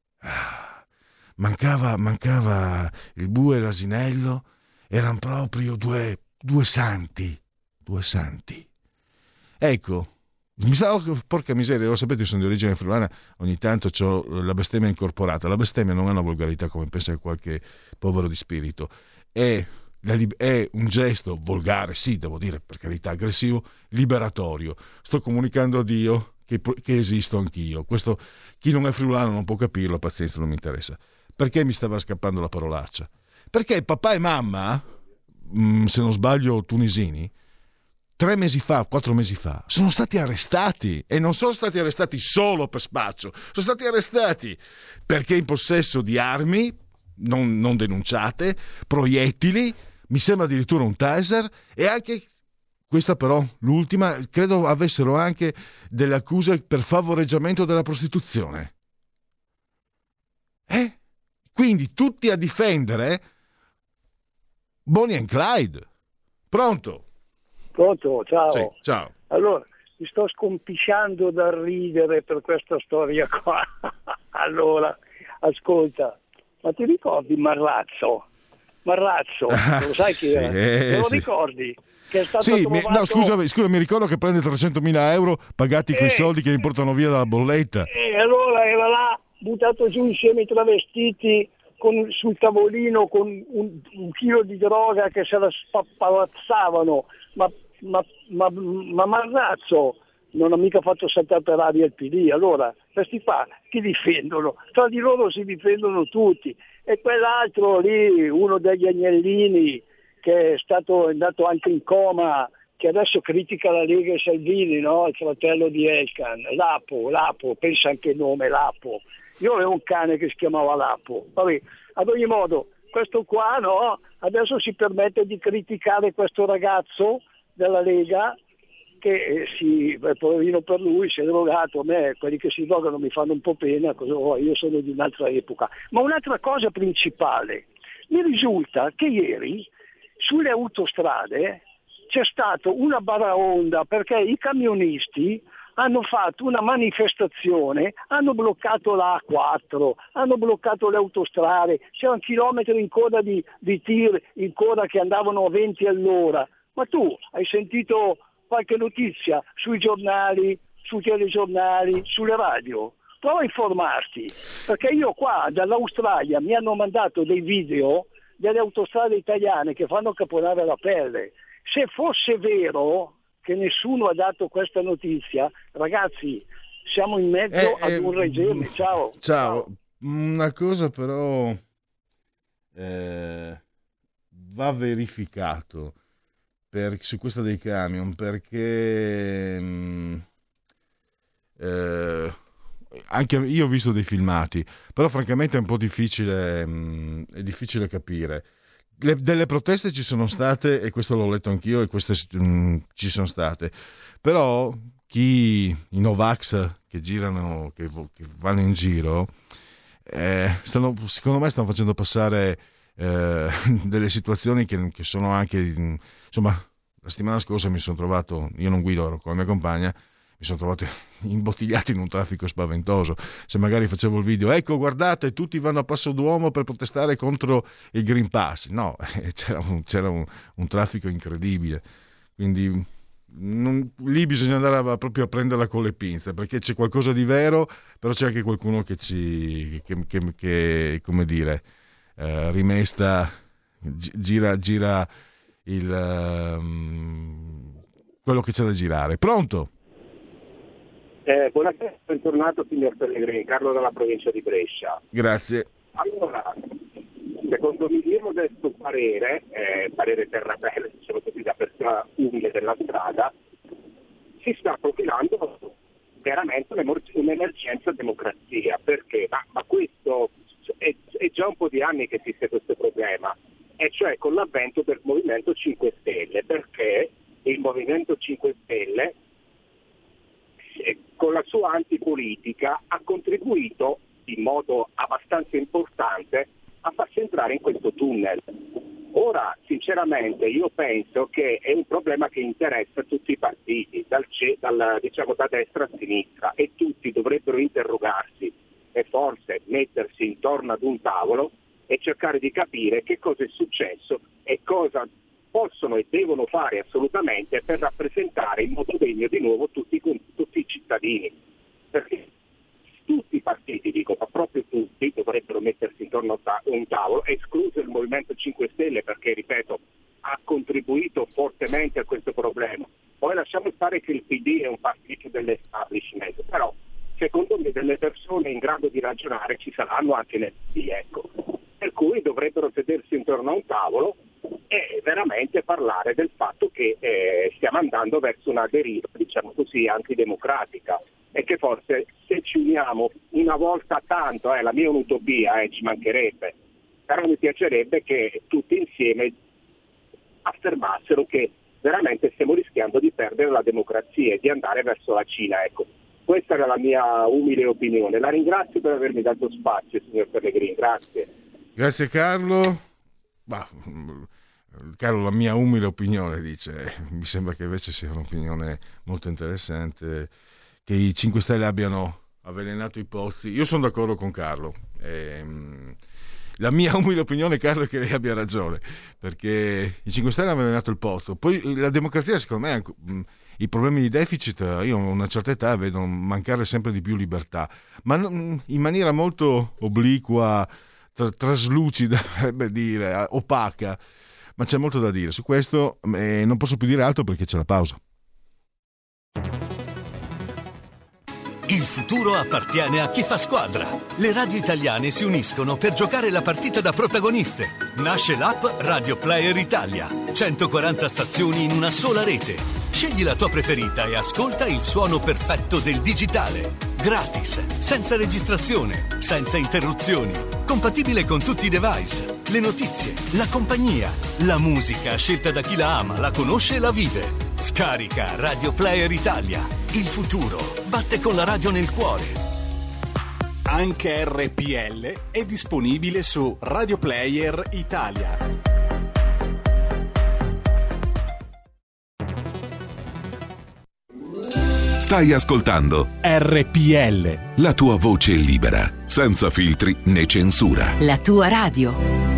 Mancava il bue e l'asinello, erano proprio due santi. 2 santi. Ecco. Porca miseria, lo sapete, io sono di origine friulana, ogni tanto ho la bestemmia incorporata. La bestemmia non è una volgarità come pensa qualche povero di spirito, è un gesto volgare, sì, devo dire, per carità, aggressivo, liberatorio. Sto comunicando a Dio che esisto anch'io. Questo, chi non è friulano non può capirlo, pazienza, non mi interessa. Perché mi stava scappando la parolaccia? Perché papà e mamma, se non sbaglio tunisini, 4 mesi fa, sono stati arrestati, e non sono stati arrestati solo per spaccio, sono stati arrestati perché in possesso di armi non denunciate, proiettili, mi sembra addirittura un taser, e anche, questa però, l'ultima, credo avessero anche delle accuse per favoreggiamento della prostituzione. Quindi tutti a difendere Bonnie and Clyde. Pronto? Pronto, ciao. Sì, ciao. Allora, mi sto scompisciando dal ridere per questa storia qua. Allora, ascolta, ma ti ricordi Marrazzo? Lo sai chi era? Te lo ricordi? Che è stato trovato... scusa, mi ricordo che prende 300.000 euro pagati quei soldi che mi portano via dalla bolletta. E allora era là, buttato giù insieme ai travestiti, sul tavolino con un chilo di droga che se la spappalazzavano. Ma Marrazzo non ha mica fatto saltare per aria il PD. Allora questi qua ti difendono, tra di loro si difendono tutti, e quell'altro lì, uno degli agnellini che è andato anche in coma, che adesso critica la Lega e Salvini, no? Il fratello di Elkan, Lapo, pensa anche il nome, Lapo. Io avevo un cane che si chiamava Lapo. Vabbè, ad ogni modo, questo qua, no? Adesso si permette di criticare questo ragazzo della Lega che poverino per lui, si è drogato. A me quelli che si drogano mi fanno un po' pena, io sono di un'altra epoca. Ma un'altra cosa principale, mi risulta che ieri sulle autostrade c'è stata una baraonda perché i camionisti hanno fatto una manifestazione, hanno bloccato la A4, hanno bloccato le autostrade, c'erano chilometri in coda di tir in coda che andavano a 20 all'ora. Ma tu hai sentito qualche notizia sui giornali, sui telegiornali, sulle radio? Prova a informarti, perché io qua dall'Australia mi hanno mandato dei video delle autostrade italiane che fanno caponare la pelle. Se fosse vero che nessuno ha dato questa notizia, ragazzi, siamo in mezzo ad un regime. Ciao. Una cosa però va verificato su questa dei camion, perché anche io ho visto dei filmati, però francamente è un po' difficile, è difficile capire. Delle proteste ci sono state, e questo l'ho letto anch'io, e queste ci sono state, però i Novax che girano, che vanno in giro, secondo me stanno facendo passare delle situazioni che sono anche, insomma, la settimana scorsa mi sono trovato, io non guido, ero con la mia compagna, mi sono trovato imbottigliato in un traffico spaventoso. Se magari facevo il video, ecco guardate, tutti vanno a Passo d'Uomo per protestare contro il Green Pass, no, c'era un traffico incredibile, quindi lì bisogna andare proprio a prenderla con le pinze, perché c'è qualcosa di vero, però c'è anche qualcuno che come dire, rimesta, gira quello che c'è da girare. Pronto? Buonasera, bentornato signor Pellegrini, Carlo dalla provincia di Brescia. Grazie. Allora, secondo il mio modesto parere terraterra, diciamo così, da persona umile della strada, si sta profilando veramente un'emergenza democrazia. Perché? Ma questo è già un po' di anni che esiste questo problema, e cioè con l'avvento del Movimento 5 Stelle, perché il Movimento 5 Stelle con la sua antipolitica ha contribuito in modo abbastanza importante a farsi entrare in questo tunnel. Ora, sinceramente, io penso che è un problema che interessa tutti i partiti, diciamo da destra a sinistra, e tutti dovrebbero interrogarsi e forse mettersi intorno ad un tavolo e cercare di capire che cosa è successo e cosa possono e devono fare assolutamente per rappresentare in modo degno di nuovo tutti i cittadini. Perché tutti i partiti, dico, ma proprio tutti, dovrebbero mettersi intorno a un tavolo, escluso il Movimento 5 Stelle perché, ripeto, ha contribuito fortemente a questo problema. Poi lasciamo stare che il PD è un partito dell'establishment, però secondo me delle persone in grado di ragionare ci saranno anche nel PD, ecco. Per cui dovrebbero sedersi intorno a un tavolo e veramente parlare del fatto che stiamo andando verso una deriva, diciamo così, antidemocratica, e che forse se ci uniamo una volta tanto, la mia è un'utopia, ci mancherebbe, però mi piacerebbe che tutti insieme affermassero che veramente stiamo rischiando di perdere la democrazia e di andare verso la Cina, ecco. Questa era la mia umile opinione. La ringrazio per avermi dato spazio, signor Pellegrini, grazie. Grazie Carlo. Carlo, la mia umile opinione, dice, mi sembra che invece sia un'opinione molto interessante, che i 5 Stelle abbiano avvelenato i pozzi. Io sono d'accordo con Carlo. La mia umile opinione, Carlo, è che lei abbia ragione, perché i 5 Stelle hanno avvelenato il pozzo. Poi la democrazia, secondo me, i problemi di deficit, io a una certa età vedo mancare sempre di più libertà, ma in maniera molto obliqua, traslucida, dire, opaca, ma c'è molto da dire su questo, non posso più dire altro perché c'è la pausa. Il futuro appartiene a chi fa squadra. Le radio italiane si uniscono per giocare la partita da protagoniste. Nasce l'app Radio Player Italia. 140 stazioni in una sola rete. Scegli la tua preferita e ascolta il suono perfetto del digitale. Gratis, senza registrazione, senza interruzioni. Compatibile con tutti i device. Le notizie, la compagnia, la musica scelta da chi la ama, la conosce e la vive. Scarica Radio Player Italia. Il futuro batte con la radio nel cuore. Anche RPL è disponibile su Radio Player Italia. Stai ascoltando RPL, la tua voce libera, senza filtri né censura. La tua radio.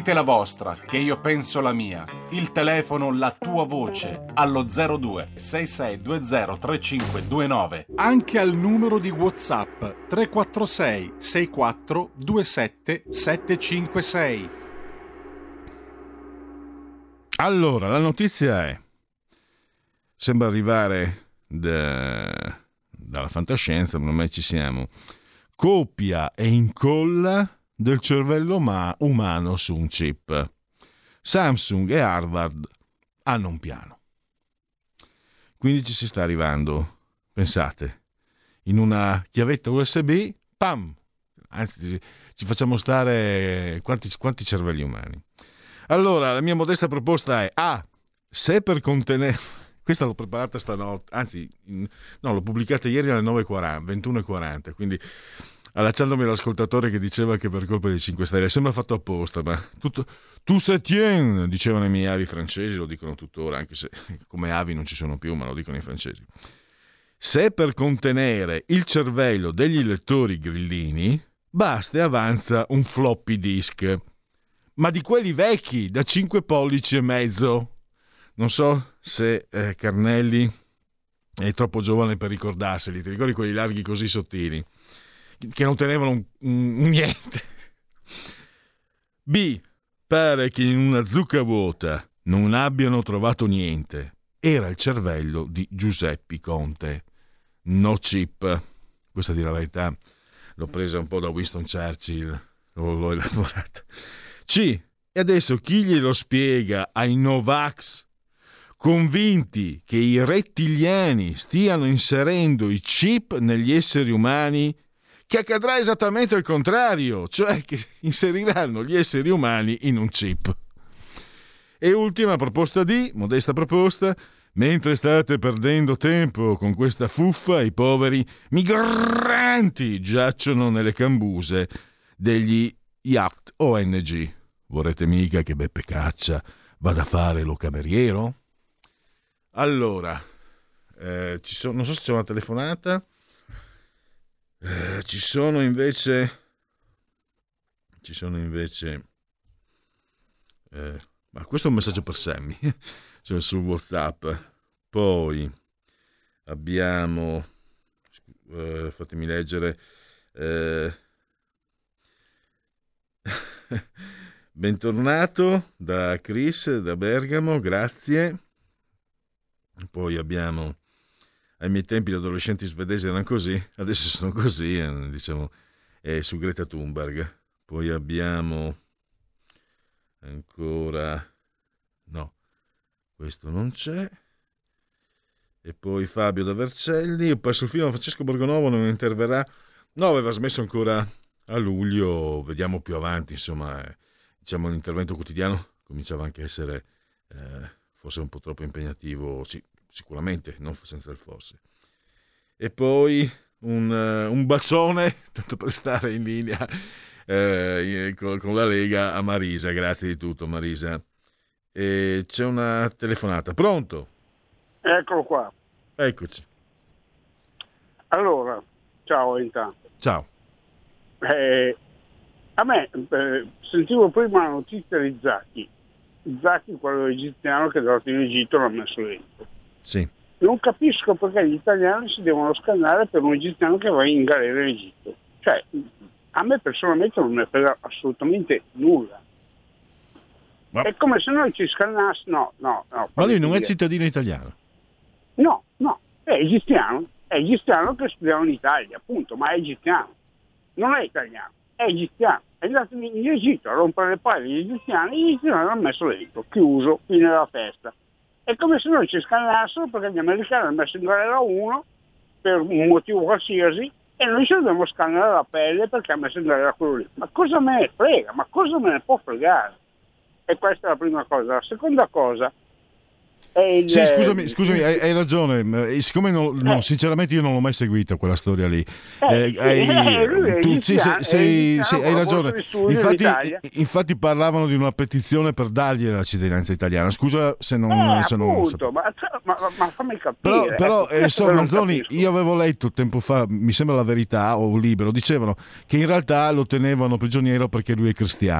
Dite la vostra, che io penso la mia. Il telefono, la tua voce, allo 02 6620 3529. Anche al numero di WhatsApp 346 64 27 756. Allora, la notizia è, sembra arrivare dalla fantascienza, ma ormai ci siamo. Copia e incolla del cervello umano su un chip. Samsung e Harvard hanno un piano. Quindi ci si sta arrivando, pensate, in una chiavetta USB, pam! Anzi, ci facciamo stare quanti cervelli umani. Allora, la mia modesta proposta è se per contenere... Questa l'ho preparata stanotte, anzi, no, l'ho pubblicata ieri alle 9:40, 21:40, quindi allacciandomi all'ascoltatore che diceva che per colpa dei 5 Stelle sembra fatto apposta, ma tu se tien, dicevano i miei avi francesi, lo dicono tuttora, anche se come avi non ci sono più, ma lo dicono i francesi. Se per contenere il cervello degli lettori grillini basta e avanza un floppy disk, ma di quelli vecchi, da 5 pollici e mezzo. Non so se Carnelli è troppo giovane per ricordarseli. Ti ricordi quelli larghi così sottili che non tenevano niente? B. Pare che in una zucca vuota non abbiano trovato niente. Era il cervello di Giuseppe Conte. No chip. Questa, di la verità, l'ho presa un po' da Winston Churchill. L'ho elaborata. C. E adesso chi glielo spiega ai Novax, convinti che i rettiliani stiano inserendo i chip negli esseri umani, che accadrà esattamente il contrario, cioè che inseriranno gli esseri umani in un chip. E ultima proposta D, modesta proposta: mentre state perdendo tempo con questa fuffa, i poveri migranti giacciono nelle cambuse degli yacht ONG. Vorrete mica che Beppe Caccia vada a fare lo cameriero? Allora, non so se c'è una telefonata, ci sono invece, ma questo è un messaggio per Sammy, cioè su WhatsApp. Poi abbiamo, fatemi leggere, bentornato da Chris da Bergamo, grazie. Poi abbiamo, ai miei tempi gli adolescenti svedesi erano così, adesso sono così, diciamo, su Greta Thunberg. Poi abbiamo ancora, no, questo non c'è. E poi Fabio da Vercelli. Ho perso il filo, Francesco Borgonovo non interverrà, no, aveva smesso ancora a luglio, vediamo più avanti, insomma, diciamo l'intervento quotidiano cominciava anche a essere forse un po' troppo impegnativo, sì, sicuramente, non senza il forse. E poi un bacione, tanto per stare in linea con la Lega, a Marisa, grazie di tutto Marisa. E c'è una telefonata, pronto? Eccolo qua. Eccoci. Allora, ciao intanto. Ciao. A me, sentivo prima la notizia di Zaki, quello egiziano che è andato in Egitto, l'ha messo dentro. Sì. Non capisco perché gli italiani si devono scannare per un egiziano che va in galera in Egitto. Cioè, a me personalmente non ne frega assolutamente nulla. Ma... È come se noi ci scannassimo. No. Ma lui non è cittadino italiano? No, è egiziano che studiava in Italia, appunto, ma è egiziano. Non è italiano, è egiziano. È andato in Egitto a rompere le palle agli egiziani, gli egiziani l'hanno messo dentro, chiuso, fine della festa. È come se noi ci scannassero perché gli americani hanno messo in galera uno per un motivo qualsiasi e noi ci dobbiamo scannare la pelle perché ha messo in galera quello lì. Ma cosa me ne frega? Ma cosa me ne può fregare? E questa è la prima cosa. La seconda cosa è il... Sì, scusami, hai ragione. Siccome sinceramente io non l'ho mai seguita quella storia lì. Hai ragione. Infatti parlavano di una petizione per dargli la cittadinanza italiana. Scusa se non appunto, ma fammi capire. Però insomma, Manzoni, io avevo letto tempo fa, mi sembra La Verità o Libero, dicevano che in realtà lo tenevano prigioniero perché lui è cristiano.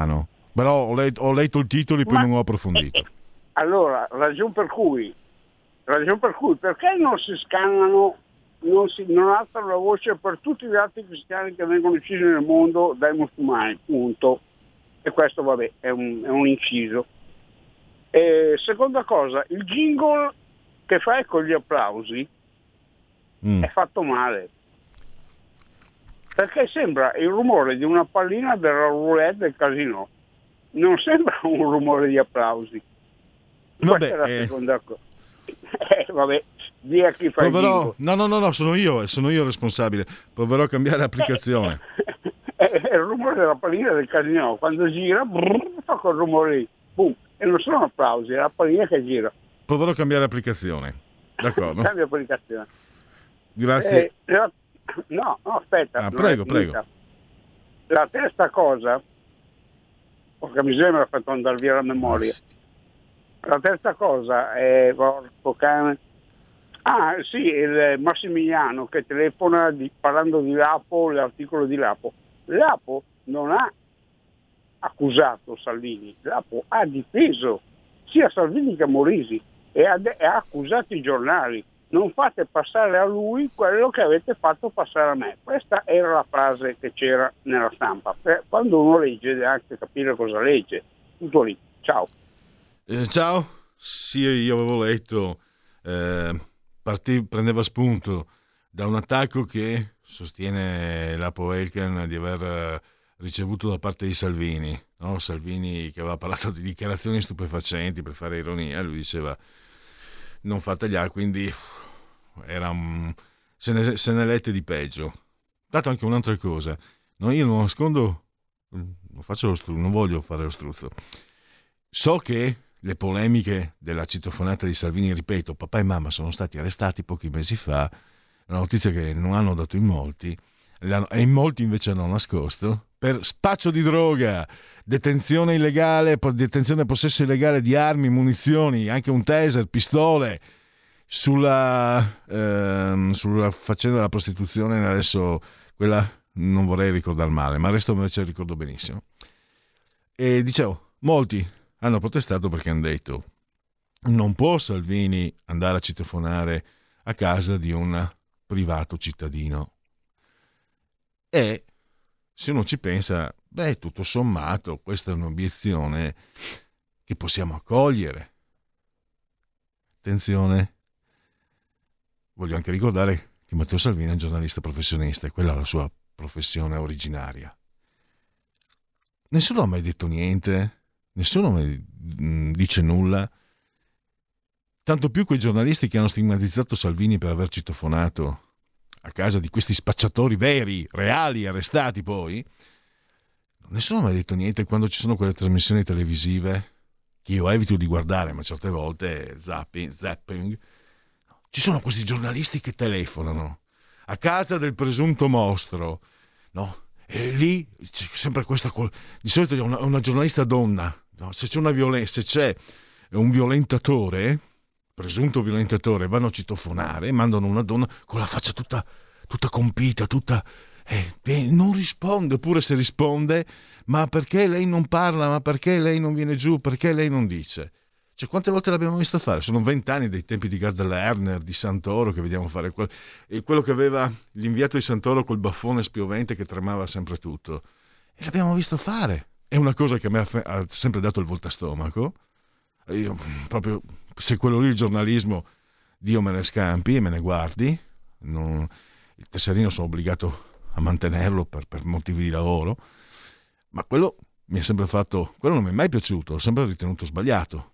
Però ho letto i titoli, poi non ho approfondito. Allora, ragion per cui perché non si scannano, non alzano la voce per tutti gli altri cristiani che vengono uccisi nel mondo dai musulmani, punto. E questo vabbè è un inciso. E seconda cosa, il jingle che fai con gli applausi è fatto male, perché sembra il rumore di una pallina della roulette del casino, non sembra un rumore di applausi. Questa è la seconda cosa. Vabbè, di a chi fa il jingle. No, sono io il responsabile. Proverò a cambiare applicazione. È il rumore della pallina del casino, quando gira fa quel rumore lì, boom, e non sono applausi, è la pallina che gira. Proverò a cambiare applicazione, d'accordo? Cambia applicazione. Grazie. No, aspetta. Prego. La terza cosa, porca miseria, me l'ha fatto andare via la memoria. La terza cosa è porco cane. Ah sì, il Massimiliano che telefona parlando di Lapo, l'articolo di Lapo. Lapo non ha accusato Salvini, Lapo ha difeso sia Salvini che Morisi e ha accusato i giornali. Non fate passare a lui quello che avete fatto passare a me. Questa era la frase che c'era nella stampa. Quando uno legge deve anche capire cosa legge. Tutto lì. Ciao. Ciao. Sì, io avevo letto, prendeva spunto da un attacco che sostiene Lapo Elkan di aver ricevuto da parte di Salvini, no? Salvini che aveva parlato di dichiarazioni stupefacenti per fare ironia, lui diceva non fategliare, quindi se ne lette di peggio. Dato anche un'altra cosa, no, io non nascondo, non voglio fare lo struzzo, so che le polemiche della citofonata di Salvini, ripeto, papà e mamma sono stati arrestati pochi mesi fa, una notizia che non hanno dato in molti, e in molti invece hanno nascosto, per spaccio di droga, detenzione illegale, detenzione e possesso illegale di armi, munizioni, anche un taser, pistole, sulla faccenda della prostituzione. Adesso quella non vorrei ricordare male, ma il resto invece ricordo benissimo. E dicevo, molti hanno protestato perché hanno detto non può Salvini andare a citofonare a casa di un privato cittadino. E se uno ci pensa, tutto sommato questa è un'obiezione che possiamo accogliere. Attenzione, voglio anche ricordare che Matteo Salvini è un giornalista professionista e quella è la sua professione originaria. Nessuno ha mai detto niente, nessuno mai dice nulla, tanto più quei giornalisti che hanno stigmatizzato Salvini per aver citofonato a casa di questi spacciatori veri, reali, arrestati poi. Nessuno ha mai detto niente quando ci sono quelle trasmissioni televisive che io evito di guardare, ma certe volte zapping, ci sono questi giornalisti che telefonano a casa del presunto mostro, no? E lì c'è sempre questa, di solito è una giornalista donna, no? Se c'è un violentatore, presunto violentatore, vanno a citofonare, mandano una donna con la faccia tutta compita, non risponde, oppure se risponde, ma perché lei non parla, ma perché lei non viene giù, perché lei non dice? Cioè, quante volte l'abbiamo visto fare? Sono 20 anni dei tempi di Gerd Lerner, di Santoro, che vediamo fare quello che aveva l'inviato di Santoro, quel baffone spiovente che tremava sempre tutto, e l'abbiamo visto fare. È una cosa che a me ha sempre dato il voltastomaco. Io proprio, se quello lì il giornalismo, Dio me ne scampi e me ne guardi, il tesserino sono obbligato a mantenerlo per motivi di lavoro, ma quello mi è sempre fatto, quello non mi è mai piaciuto, l'ho sempre ritenuto sbagliato.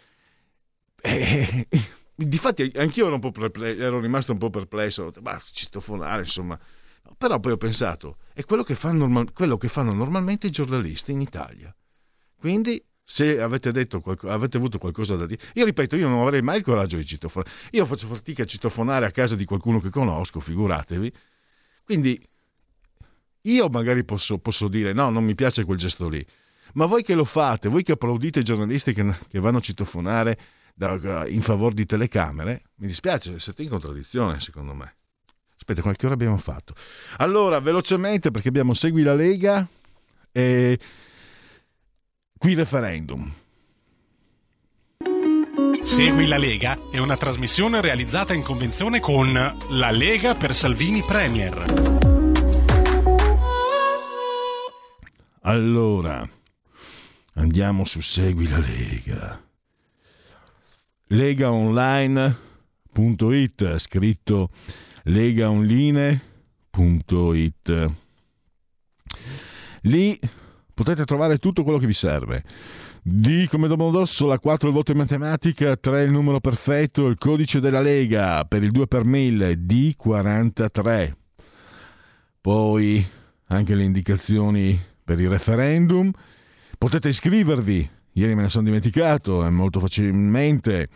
E difatti anch'io ero rimasto un po' perplesso, citofonare, insomma. Però poi ho pensato, è quello che fanno normalmente i giornalisti in Italia. Quindi se avete avuto qualcosa da dire, io ripeto, io non avrei mai il coraggio di citofonare, io faccio fatica a citofonare a casa di qualcuno che conosco, figuratevi. Quindi io magari posso dire no, non mi piace quel gesto lì, ma voi che lo fate, voi che applaudite i giornalisti che vanno a citofonare in favore di telecamere, mi dispiace, siete in contraddizione secondo me. Aspetta, qualche ora abbiamo fatto? Allora, velocemente, perché abbiamo Segui la Lega e Qui referendum. Segui la Lega è una trasmissione realizzata in convenzione con La Lega per Salvini Premier. Allora, andiamo su Segui la Lega. Legaonline.it, scritto legaonline.it. Lì potete trovare tutto quello che vi serve. D come Domodossola, 4 il voto in matematica, 3 il numero perfetto, il codice della Lega per il 2 per 1000, D43. Poi anche le indicazioni per il referendum. Potete iscrivervi, ieri me ne sono dimenticato, è molto facilmente.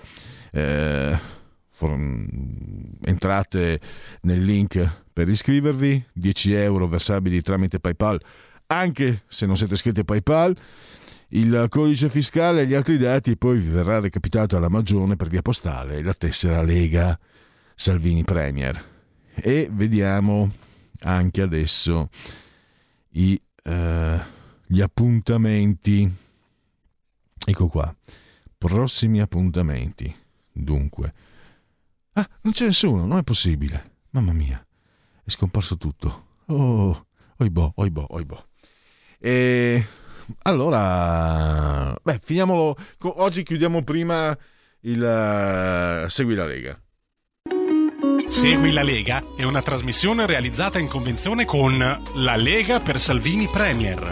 Entrate nel link per iscrivervi, 10 euro versabili tramite PayPal, anche se non siete iscritti a PayPal. Il codice fiscale e gli altri dati poi vi verrà recapitato alla Magione per via postale la tessera Lega Salvini Premier. E vediamo anche adesso gli appuntamenti. Ecco qua, prossimi appuntamenti. Dunque, non c'è nessuno, non è possibile, mamma mia, è scomparso tutto. Oibò. E allora, finiamolo. Oggi chiudiamo prima il Segui la Lega. Segui la Lega è una trasmissione realizzata in convenzione con La Lega per Salvini Premier.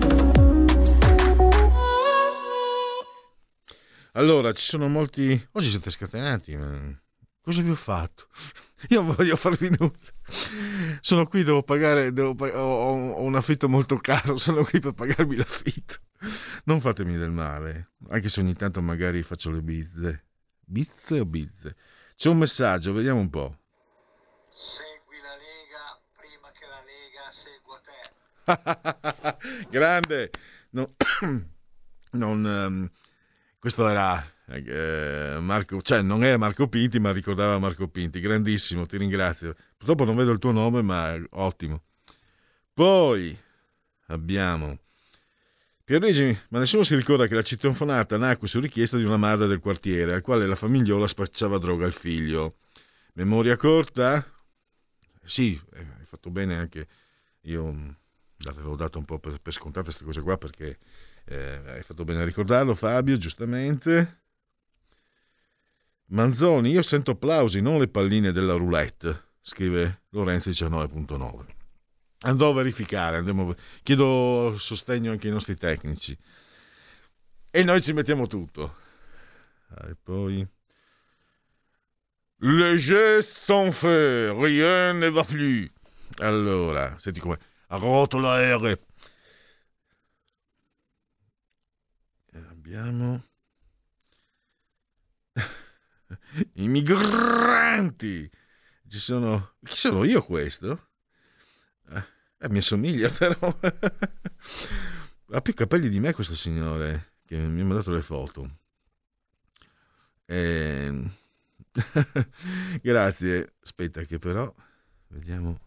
Allora, ci sono molti. Oggi siete scatenati, ma cosa vi ho fatto? Io non voglio farvi nulla. Sono qui, devo pagare. Ho un affitto molto caro, sono qui per pagarmi l'affitto. Non fatemi del male, anche se ogni tanto magari faccio le bizze. Bizze o bizze? C'è un messaggio, vediamo un po'. Segui la Lega prima che la Lega segua te. Grande. Questo era Marco, cioè non è Marco Pinti, ma ricordava Marco Pinti. Grandissimo, ti ringrazio. Purtroppo non vedo il tuo nome, ma ottimo. Poi abbiamo Pierluigi, ma nessuno si ricorda che la citofonata nacque su richiesta di una madre del quartiere, al quale la famigliola spacciava droga al figlio. Memoria corta? Sì, hai fatto bene anche. Io l'avevo dato un po' per scontate queste cose qua, perché hai fatto bene a ricordarlo, Fabio, giustamente. Manzoni, io sento applausi, non le palline della roulette, scrive Lorenzo 19.9. Andrò a verificare, chiedo sostegno anche ai nostri tecnici. E noi ci mettiamo tutto. E poi... Les gestes sont faits, rien ne va plus. Allora, senti come... A rotola R. Abbiamo... I migranti. Ci sono... Chi sono io questo? Mi assomiglia però. Ha più capelli di me questo signore che mi ha mandato le foto. Grazie. Aspetta che però vediamo.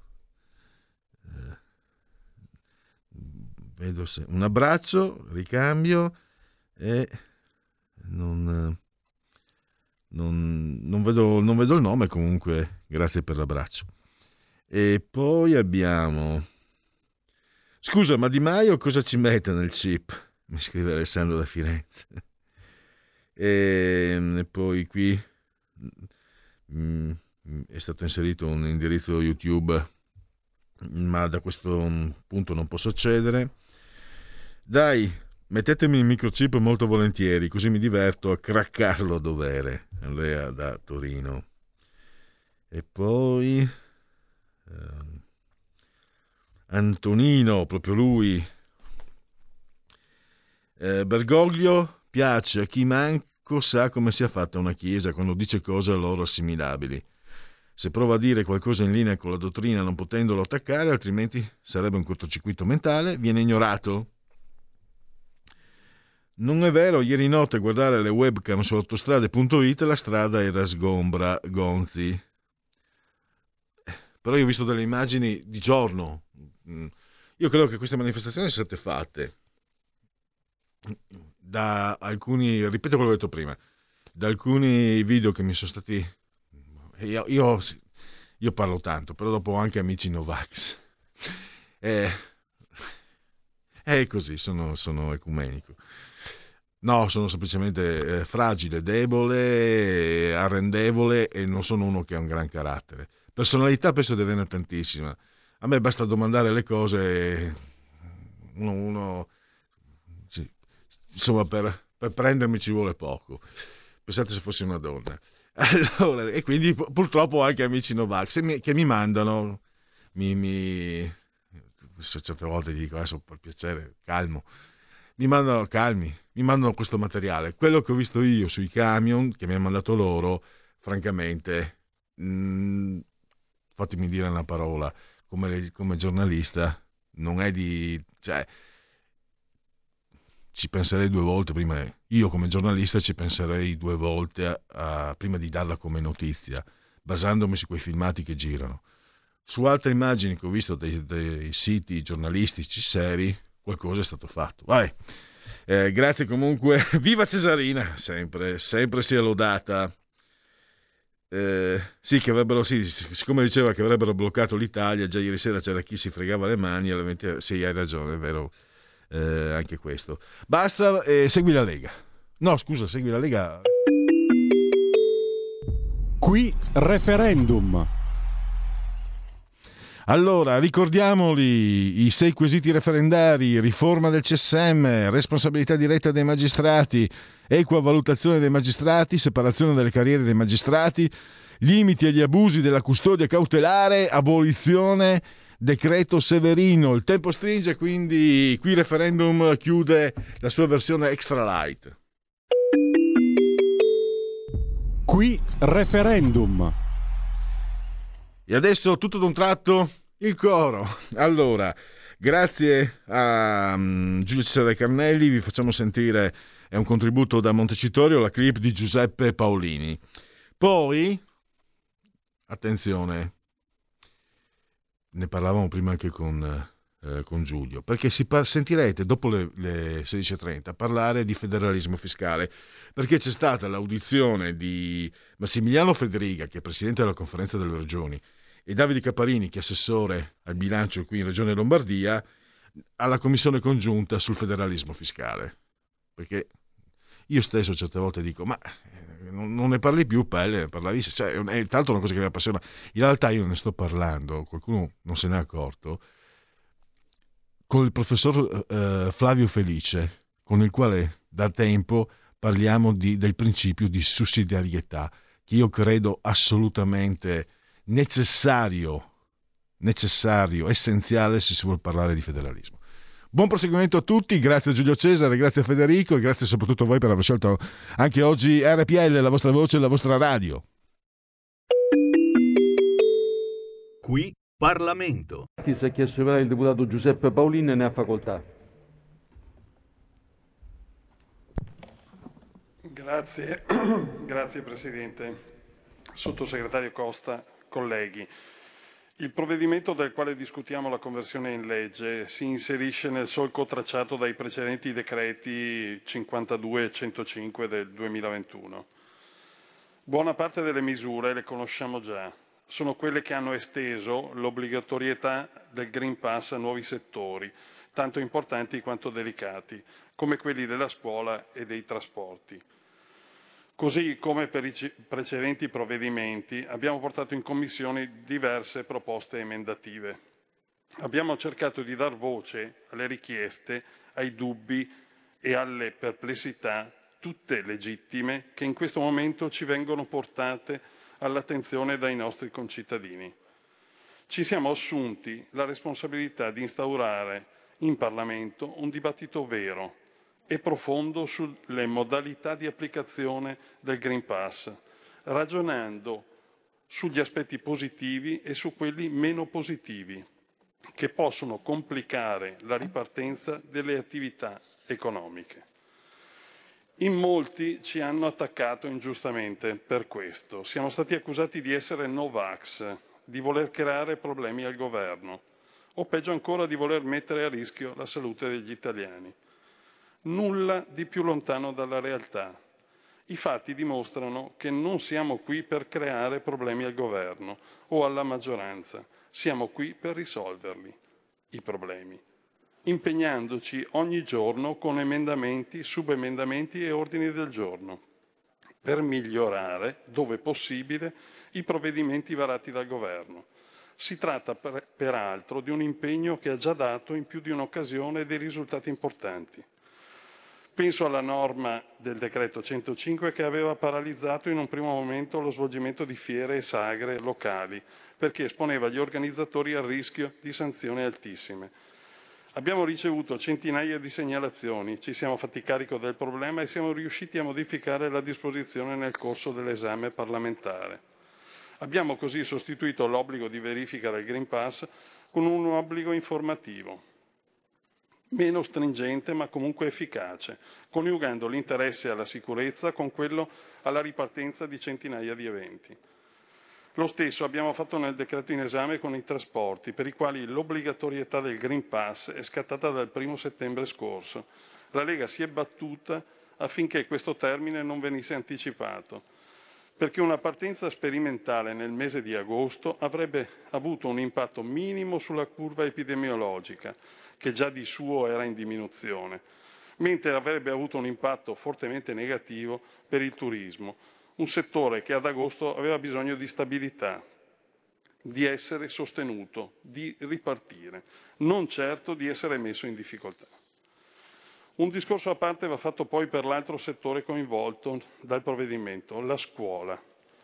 Vedo se... un abbraccio, ricambio e non vedo il nome, comunque grazie per l'abbraccio. E poi abbiamo... Scusa, ma Di Maio cosa ci mette nel chip? Mi scrive Alessandro da Firenze. E poi qui è stato inserito un indirizzo YouTube, ma da questo punto non posso accedere. Dai, mettetemi il microchip molto volentieri, così mi diverto a craccarlo a dovere. Andrea da Torino. E poi... Antonino, proprio lui. Bergoglio piace a chi manco sa come sia fatta una chiesa quando dice cose a loro assimilabili. Se prova a dire qualcosa in linea con la dottrina non potendolo attaccare, altrimenti sarebbe un cortocircuito mentale, viene ignorato. Non è vero, ieri notte a guardare le webcam su autostrade.it la strada era sgombra, Gonzi. Però io ho visto delle immagini di giorno. Io credo che queste manifestazioni siano state fatte da alcuni, ripeto quello che ho detto prima, da alcuni video che mi sono stati, io parlo tanto, però dopo ho anche amici Novax, è così, sono ecumenico. No, sono semplicemente fragile, debole, arrendevole e non sono uno che ha un gran carattere. Personalità penso di averne tantissima. A me basta domandare le cose, uno sì, insomma per prendermi ci vuole poco. Pensate se fossi una donna. Allora, e quindi purtroppo ho anche amici Novax che mi mandano, certe volte gli dico adesso per piacere, calmi, mi mandano questo materiale. Quello che ho visto io sui camion che mi hanno mandato loro, francamente, fatemi dire una parola, come giornalista non è cioè, ci penserei due volte prima. Io come giornalista ci penserei due volte prima di darla come notizia, basandomi su quei filmati che girano. Su altre immagini che ho visto dei siti giornalistici seri, qualcosa è stato fatto. Vai. Grazie comunque. Viva Cesarina, sempre sia lodata. Sì, che avrebbero, sì, siccome diceva che avrebbero bloccato l'Italia, già ieri sera c'era chi si fregava le mani, alle 20, sì, hai ragione, è vero, anche questo. Basta, segui la Lega. No, scusa, segui la Lega. Qui referendum. Allora, ricordiamoli i 6 quesiti referendari: riforma del CSM, responsabilità diretta dei magistrati, equa valutazione dei magistrati, separazione delle carriere dei magistrati, limiti agli abusi della custodia cautelare, abolizione decreto Severino. Il tempo stringe, quindi qui referendum chiude la sua versione extra light. Qui referendum. E adesso tutto d'un tratto il coro. Allora, grazie a Giulio Cesare Carnelli, vi facciamo sentire, è un contributo da Montecitorio, la clip di Giuseppe Paolini. Poi, attenzione, ne parlavamo prima anche con Giulio, perché sentirete dopo le 16.30 parlare di federalismo fiscale, perché c'è stata l'audizione di Massimiliano Federiga, che è presidente della Conferenza delle Regioni, e Davide Caparini, che è assessore al bilancio qui in Regione Lombardia, alla commissione congiunta sul federalismo fiscale. Perché io stesso certe volte dico, ma non ne parli più, Pelle, parlavi, cioè, è tanto una cosa che mi appassiona. In realtà io ne sto parlando, qualcuno non se n'è accorto, con il professor Flavio Felice, con il quale da tempo parliamo del principio di sussidiarietà, che io credo assolutamente necessario, essenziale se si vuole parlare di federalismo. Buon proseguimento a tutti, grazie a Giulio Cesare, grazie a Federico e grazie soprattutto a voi per aver scelto anche oggi RPL, la vostra voce e la vostra radio. Qui Parlamento. Chi si è chiesto di parlare il deputato Giuseppe Paolini, ne ha facoltà. Grazie, grazie Presidente. Sottosegretario Costa, colleghi. Il provvedimento del quale discutiamo la conversione in legge si inserisce nel solco tracciato dai precedenti decreti 52 e 105 del 2021. Buona parte delle misure le conosciamo già. Sono quelle che hanno esteso l'obbligatorietà del Green Pass a nuovi settori, tanto importanti quanto delicati, come quelli della scuola e dei trasporti. Così come per i precedenti provvedimenti abbiamo portato in Commissione diverse proposte emendative. Abbiamo cercato di dar voce alle richieste, ai dubbi e alle perplessità, tutte legittime, che in questo momento ci vengono portate all'attenzione dai nostri concittadini. Ci siamo assunti la responsabilità di instaurare in Parlamento un dibattito vero e profondo sulle modalità di applicazione del Green Pass, ragionando sugli aspetti positivi e su quelli meno positivi, che possono complicare la ripartenza delle attività economiche. In molti ci hanno attaccato ingiustamente per questo. Siamo stati accusati di essere Novax, di voler creare problemi al governo, o peggio ancora di voler mettere a rischio la salute degli italiani. Nulla di più lontano dalla realtà. I fatti dimostrano che non siamo qui per creare problemi al governo o alla maggioranza, siamo qui per risolverli, i problemi, impegnandoci ogni giorno con emendamenti, subemendamenti e ordini del giorno, per migliorare, dove possibile, i provvedimenti varati dal governo. Si tratta peraltro di un impegno che ha già dato in più di un'occasione dei risultati importanti. Penso alla norma del decreto 105 che aveva paralizzato in un primo momento lo svolgimento di fiere e sagre locali, perché esponeva gli organizzatori al rischio di sanzioni altissime. Abbiamo ricevuto centinaia di segnalazioni, ci siamo fatti carico del problema e siamo riusciti a modificare la disposizione nel corso dell'esame parlamentare. Abbiamo così sostituito l'obbligo di verifica del Green Pass con un obbligo informativo, meno stringente ma comunque efficace, coniugando l'interesse alla sicurezza con quello alla ripartenza di centinaia di eventi. Lo stesso abbiamo fatto nel decreto in esame con i trasporti, per i quali l'obbligatorietà del Green Pass è scattata dal 1 settembre scorso. La Lega si è battuta affinché questo termine non venisse anticipato, perché una partenza sperimentale nel mese di agosto avrebbe avuto un impatto minimo sulla curva epidemiologica, che già di suo era in diminuzione, mentre avrebbe avuto un impatto fortemente negativo per il turismo, un settore che ad agosto aveva bisogno di stabilità, di essere sostenuto, di ripartire, non certo di essere messo in difficoltà. Un discorso a parte va fatto poi per l'altro settore coinvolto dal provvedimento, la scuola.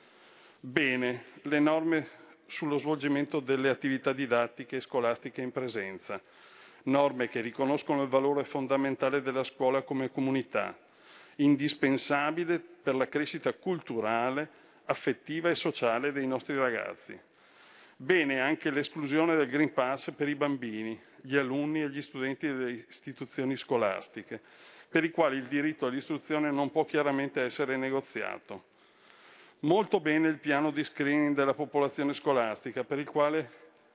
Bene, le norme sullo svolgimento delle attività didattiche e scolastiche in presenza, norme che riconoscono il valore fondamentale della scuola come comunità, indispensabile per la crescita culturale, affettiva e sociale dei nostri ragazzi. Bene anche l'esclusione del Green Pass per i bambini, gli alunni e gli studenti delle istituzioni scolastiche, per i quali il diritto all'istruzione non può chiaramente essere negoziato. Molto bene il piano di screening della popolazione scolastica, per il quale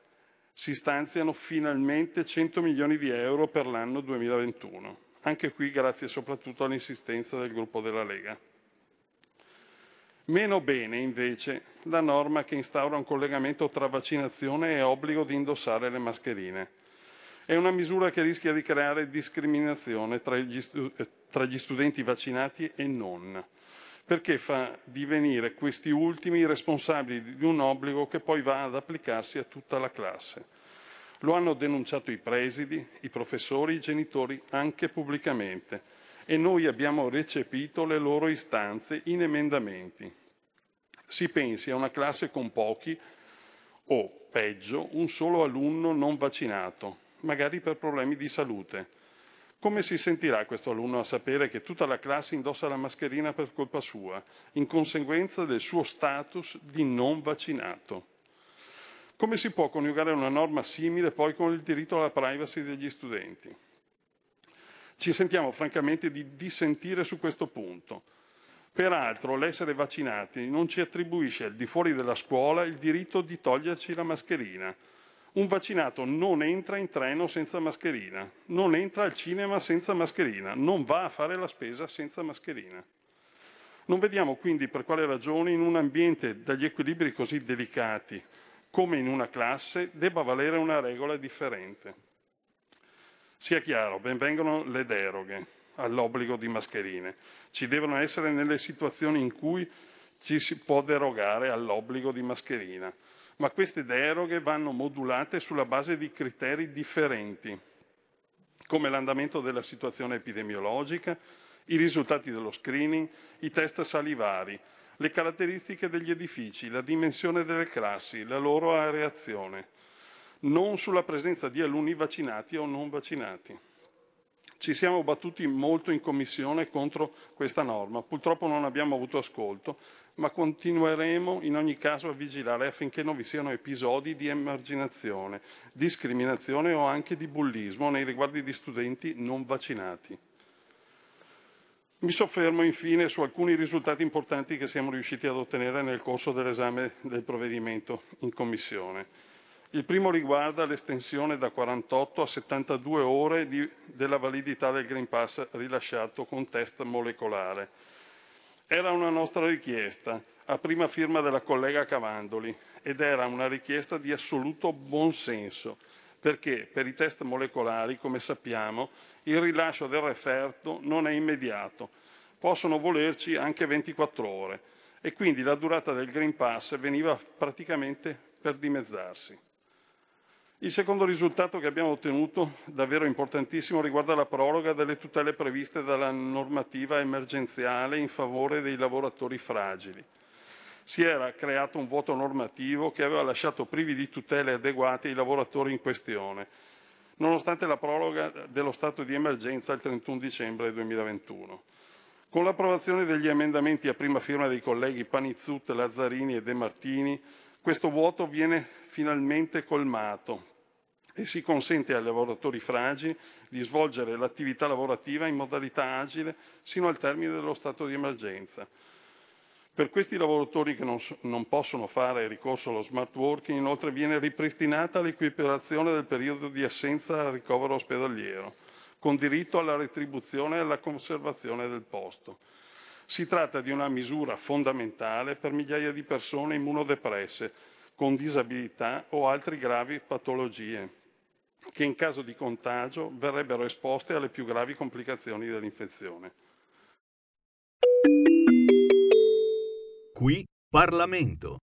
si stanziano finalmente 100 milioni di euro per l'anno 2021. Anche qui grazie soprattutto all'insistenza del gruppo della Lega. Meno bene, invece, la norma che instaura un collegamento tra vaccinazione e obbligo di indossare le mascherine. È una misura che rischia di creare discriminazione tra gli studenti vaccinati e non, perché fa divenire questi ultimi responsabili di un obbligo che poi va ad applicarsi a tutta la classe. Lo hanno denunciato i presidi, i professori, i genitori, anche pubblicamente, e noi abbiamo recepito le loro istanze in emendamenti. Si pensi a una classe con pochi o, peggio, un solo alunno non vaccinato, magari per problemi di salute. Come si sentirà questo alunno a sapere che tutta la classe indossa la mascherina per colpa sua, in conseguenza del suo status di non vaccinato? Come si può coniugare una norma simile poi con il diritto alla privacy degli studenti? Ci sentiamo francamente di dissentire su questo punto. Peraltro l'essere vaccinati non ci attribuisce al di fuori della scuola il diritto di toglierci la mascherina. Un vaccinato non entra in treno senza mascherina, non entra al cinema senza mascherina, non va a fare la spesa senza mascherina. Non vediamo quindi per quale ragione in un ambiente dagli equilibri così delicati come in una classe debba valere una regola differente. Sia chiaro, ben vengano le deroghe all'obbligo di mascherine. Ci devono essere nelle situazioni in cui ci si può derogare all'obbligo di mascherina, ma queste deroghe vanno modulate sulla base di criteri differenti, come l'andamento della situazione epidemiologica, i risultati dello screening, i test salivari, le caratteristiche degli edifici, la dimensione delle classi, la loro areazione, non sulla presenza di alunni vaccinati o non vaccinati. Ci siamo battuti molto in commissione contro questa norma, purtroppo non abbiamo avuto ascolto, ma continueremo in ogni caso a vigilare affinché non vi siano episodi di emarginazione, discriminazione o anche di bullismo nei riguardi di studenti non vaccinati. Mi soffermo infine su alcuni risultati importanti che siamo riusciti ad ottenere nel corso dell'esame del provvedimento in Commissione. Il primo riguarda l'estensione da 48 a 72 ore della validità del Green Pass rilasciato con test molecolare. Era una nostra richiesta, a prima firma della collega Cavandoli, ed era una richiesta di assoluto buonsenso, perché per i test molecolari, come sappiamo, il rilascio del referto non è immediato, possono volerci anche 24 ore e quindi la durata del Green Pass veniva praticamente per dimezzarsi. Il secondo risultato che abbiamo ottenuto, davvero importantissimo, riguarda la proroga delle tutele previste dalla normativa emergenziale in favore dei lavoratori fragili. Si era creato un vuoto normativo che aveva lasciato privi di tutele adeguate i lavoratori in questione, nonostante la proroga dello stato di emergenza il 31 dicembre 2021. Con l'approvazione degli emendamenti a prima firma dei colleghi Panizzut, Lazzarini e De Martini, questo vuoto viene finalmente colmato e si consente ai lavoratori fragili di svolgere l'attività lavorativa in modalità agile sino al termine dello stato di emergenza. Per questi lavoratori che non possono fare ricorso allo smart working, inoltre viene ripristinata l'equiparazione del periodo di assenza al ricovero ospedaliero, con diritto alla retribuzione e alla conservazione del posto. Si tratta di una misura fondamentale per migliaia di persone immunodepresse, con disabilità o altre gravi patologie, che in caso di contagio verrebbero esposte alle più gravi complicazioni dell'infezione. Qui Parlamento.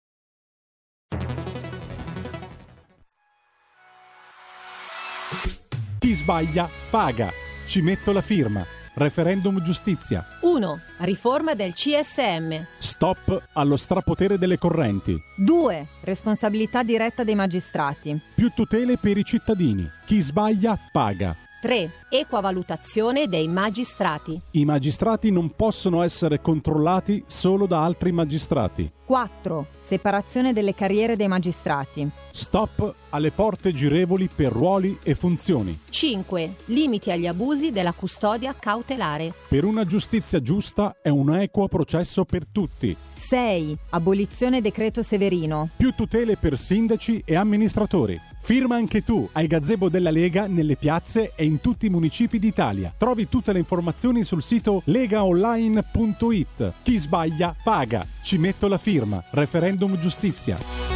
Chi sbaglia paga. Ci metto la firma. Referendum giustizia. 1. Riforma del CSM. Stop allo strapotere delle correnti. 2. Responsabilità diretta dei magistrati. Più tutele per i cittadini. Chi sbaglia paga. 3. Equa valutazione dei magistrati. I magistrati non possono essere controllati solo da altri magistrati. 4. Separazione delle carriere dei magistrati. Stop alle porte girevoli per ruoli e funzioni. 5. Limiti agli abusi della custodia cautelare. Per una giustizia giusta è un equo processo per tutti. 6. Abolizione decreto Severino. Più tutele per sindaci e amministratori. Firma anche tu ai gazebo della Lega nelle piazze e in tutti i municipi d'Italia. Trovi tutte le informazioni sul sito legaonline.it. Chi sbaglia paga. Ci metto la firma. Referendum giustizia.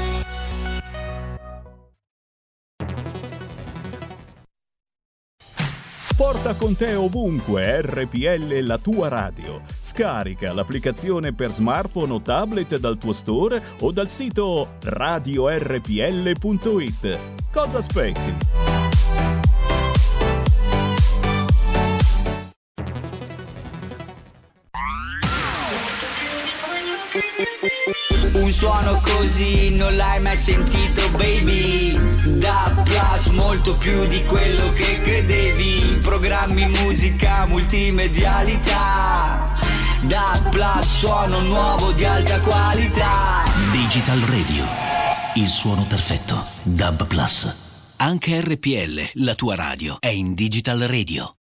Porta con te ovunque RPL, la tua radio. Scarica l'applicazione per smartphone o tablet dal tuo store o dal sito radiorpl.it. Cosa aspetti? Un suono così non l'hai mai sentito, baby. Da Plus, molto più di quello che credevi. Programmi, musica, multimedialità. Da Plus, suono nuovo di alta qualità. Digital Radio, il suono perfetto. DAB Plus. Anche RPL, la tua radio, è in Digital Radio.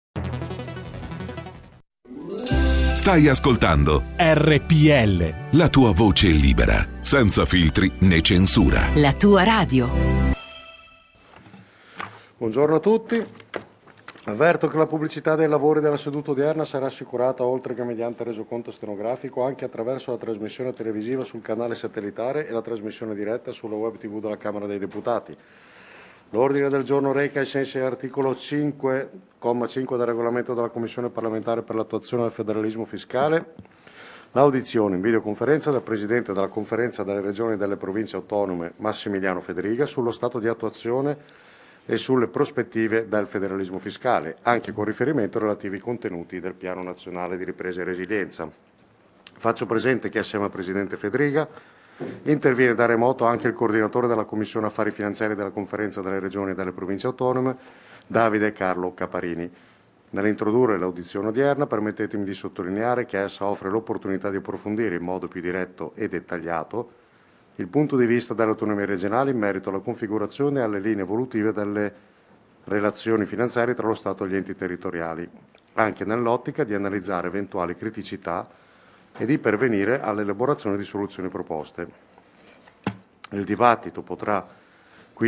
Stai ascoltando RPL, la tua voce libera, senza filtri né censura. La tua radio. Buongiorno a tutti. Avverto che la pubblicità dei lavori della seduta odierna sarà assicurata, oltre che mediante resoconto stenografico, anche attraverso la trasmissione televisiva sul canale satellitare e la trasmissione diretta sulla web TV della Camera dei Deputati. L'ordine del giorno reca, ai sensi dell'articolo 5,5 del regolamento della Commissione parlamentare per l'attuazione del federalismo fiscale, l'audizione in videoconferenza del Presidente della Conferenza delle Regioni e delle Province Autonome Massimiliano Federiga sullo stato di attuazione e sulle prospettive del federalismo fiscale, anche con riferimento ai relativi contenuti del Piano Nazionale di Ripresa e Resilienza. Faccio presente che assieme al Presidente Federiga interviene da remoto anche il coordinatore della Commissione Affari Finanziari della Conferenza delle Regioni e delle Province Autonome, Davide Carlo Caparini. Nell'introdurre l'audizione odierna, permettetemi di sottolineare che essa offre l'opportunità di approfondire in modo più diretto e dettagliato il punto di vista delle autonomie regionali in merito alla configurazione e alle linee evolutive delle relazioni finanziarie tra lo Stato e gli enti territoriali, anche nell'ottica di analizzare eventuali criticità e di pervenire all'elaborazione di soluzioni proposte. Il dibattito potrà quindi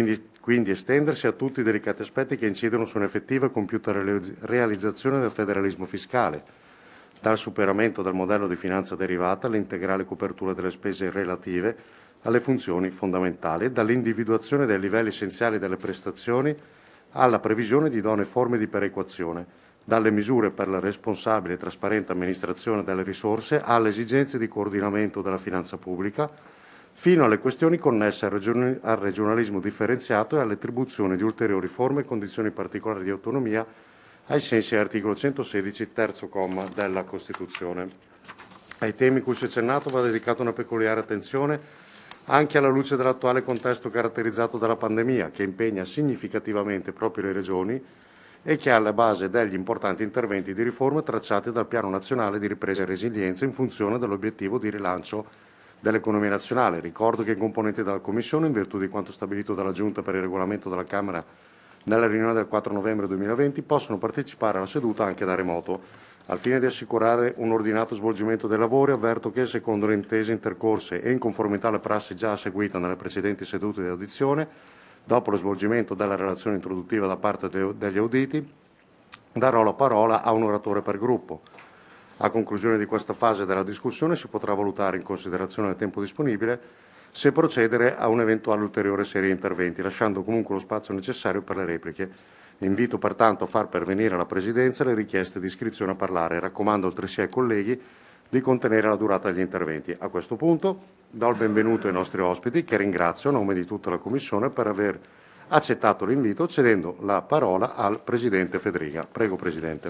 quindi estendersi a tutti i delicati aspetti che incidono su un'effettiva e compiuta realizzazione del federalismo fiscale, dal superamento del modello di finanza derivata all'integrale copertura delle spese relative alle funzioni fondamentali, dall'individuazione dei livelli essenziali delle prestazioni alla previsione di idonee forme di perequazione, dalle misure per la responsabile e trasparente amministrazione delle risorse alle esigenze di coordinamento della finanza pubblica, fino alle questioni connesse al regionalismo differenziato e alle attribuzioni di ulteriori forme e condizioni particolari di autonomia ai sensi dell'articolo 116, terzo comma della Costituzione. Ai temi cui si è accennato va dedicata una peculiare attenzione anche alla luce dell'attuale contesto caratterizzato dalla pandemia, che impegna significativamente proprio le regioni e che è alla base degli importanti interventi di riforma tracciati dal Piano Nazionale di Ripresa e Resilienza in funzione dell'obiettivo di rilancio dell'economia nazionale. Ricordo che i componenti della Commissione, in virtù di quanto stabilito dalla Giunta per il regolamento della Camera nella riunione del 4 novembre 2020, possono partecipare alla seduta anche da remoto. Al fine di assicurare un ordinato svolgimento dei lavori, avverto che, secondo le intese intercorse e in conformità alla prassi già seguita nelle precedenti sedute di audizione, dopo lo svolgimento della relazione introduttiva da parte degli auditi, darò la parola a un oratore per gruppo. A conclusione di questa fase della discussione si potrà valutare, in considerazione del tempo disponibile, se procedere a un'eventuale ulteriore serie di interventi, lasciando comunque lo spazio necessario per le repliche. Invito pertanto a far pervenire alla Presidenza le richieste di iscrizione a parlare e raccomando altresì ai colleghi di contenere la durata degli interventi. A questo punto do il benvenuto ai nostri ospiti, che ringrazio a nome di tutta la Commissione per aver accettato l'invito, cedendo la parola al Presidente Fedriga. Prego, Presidente.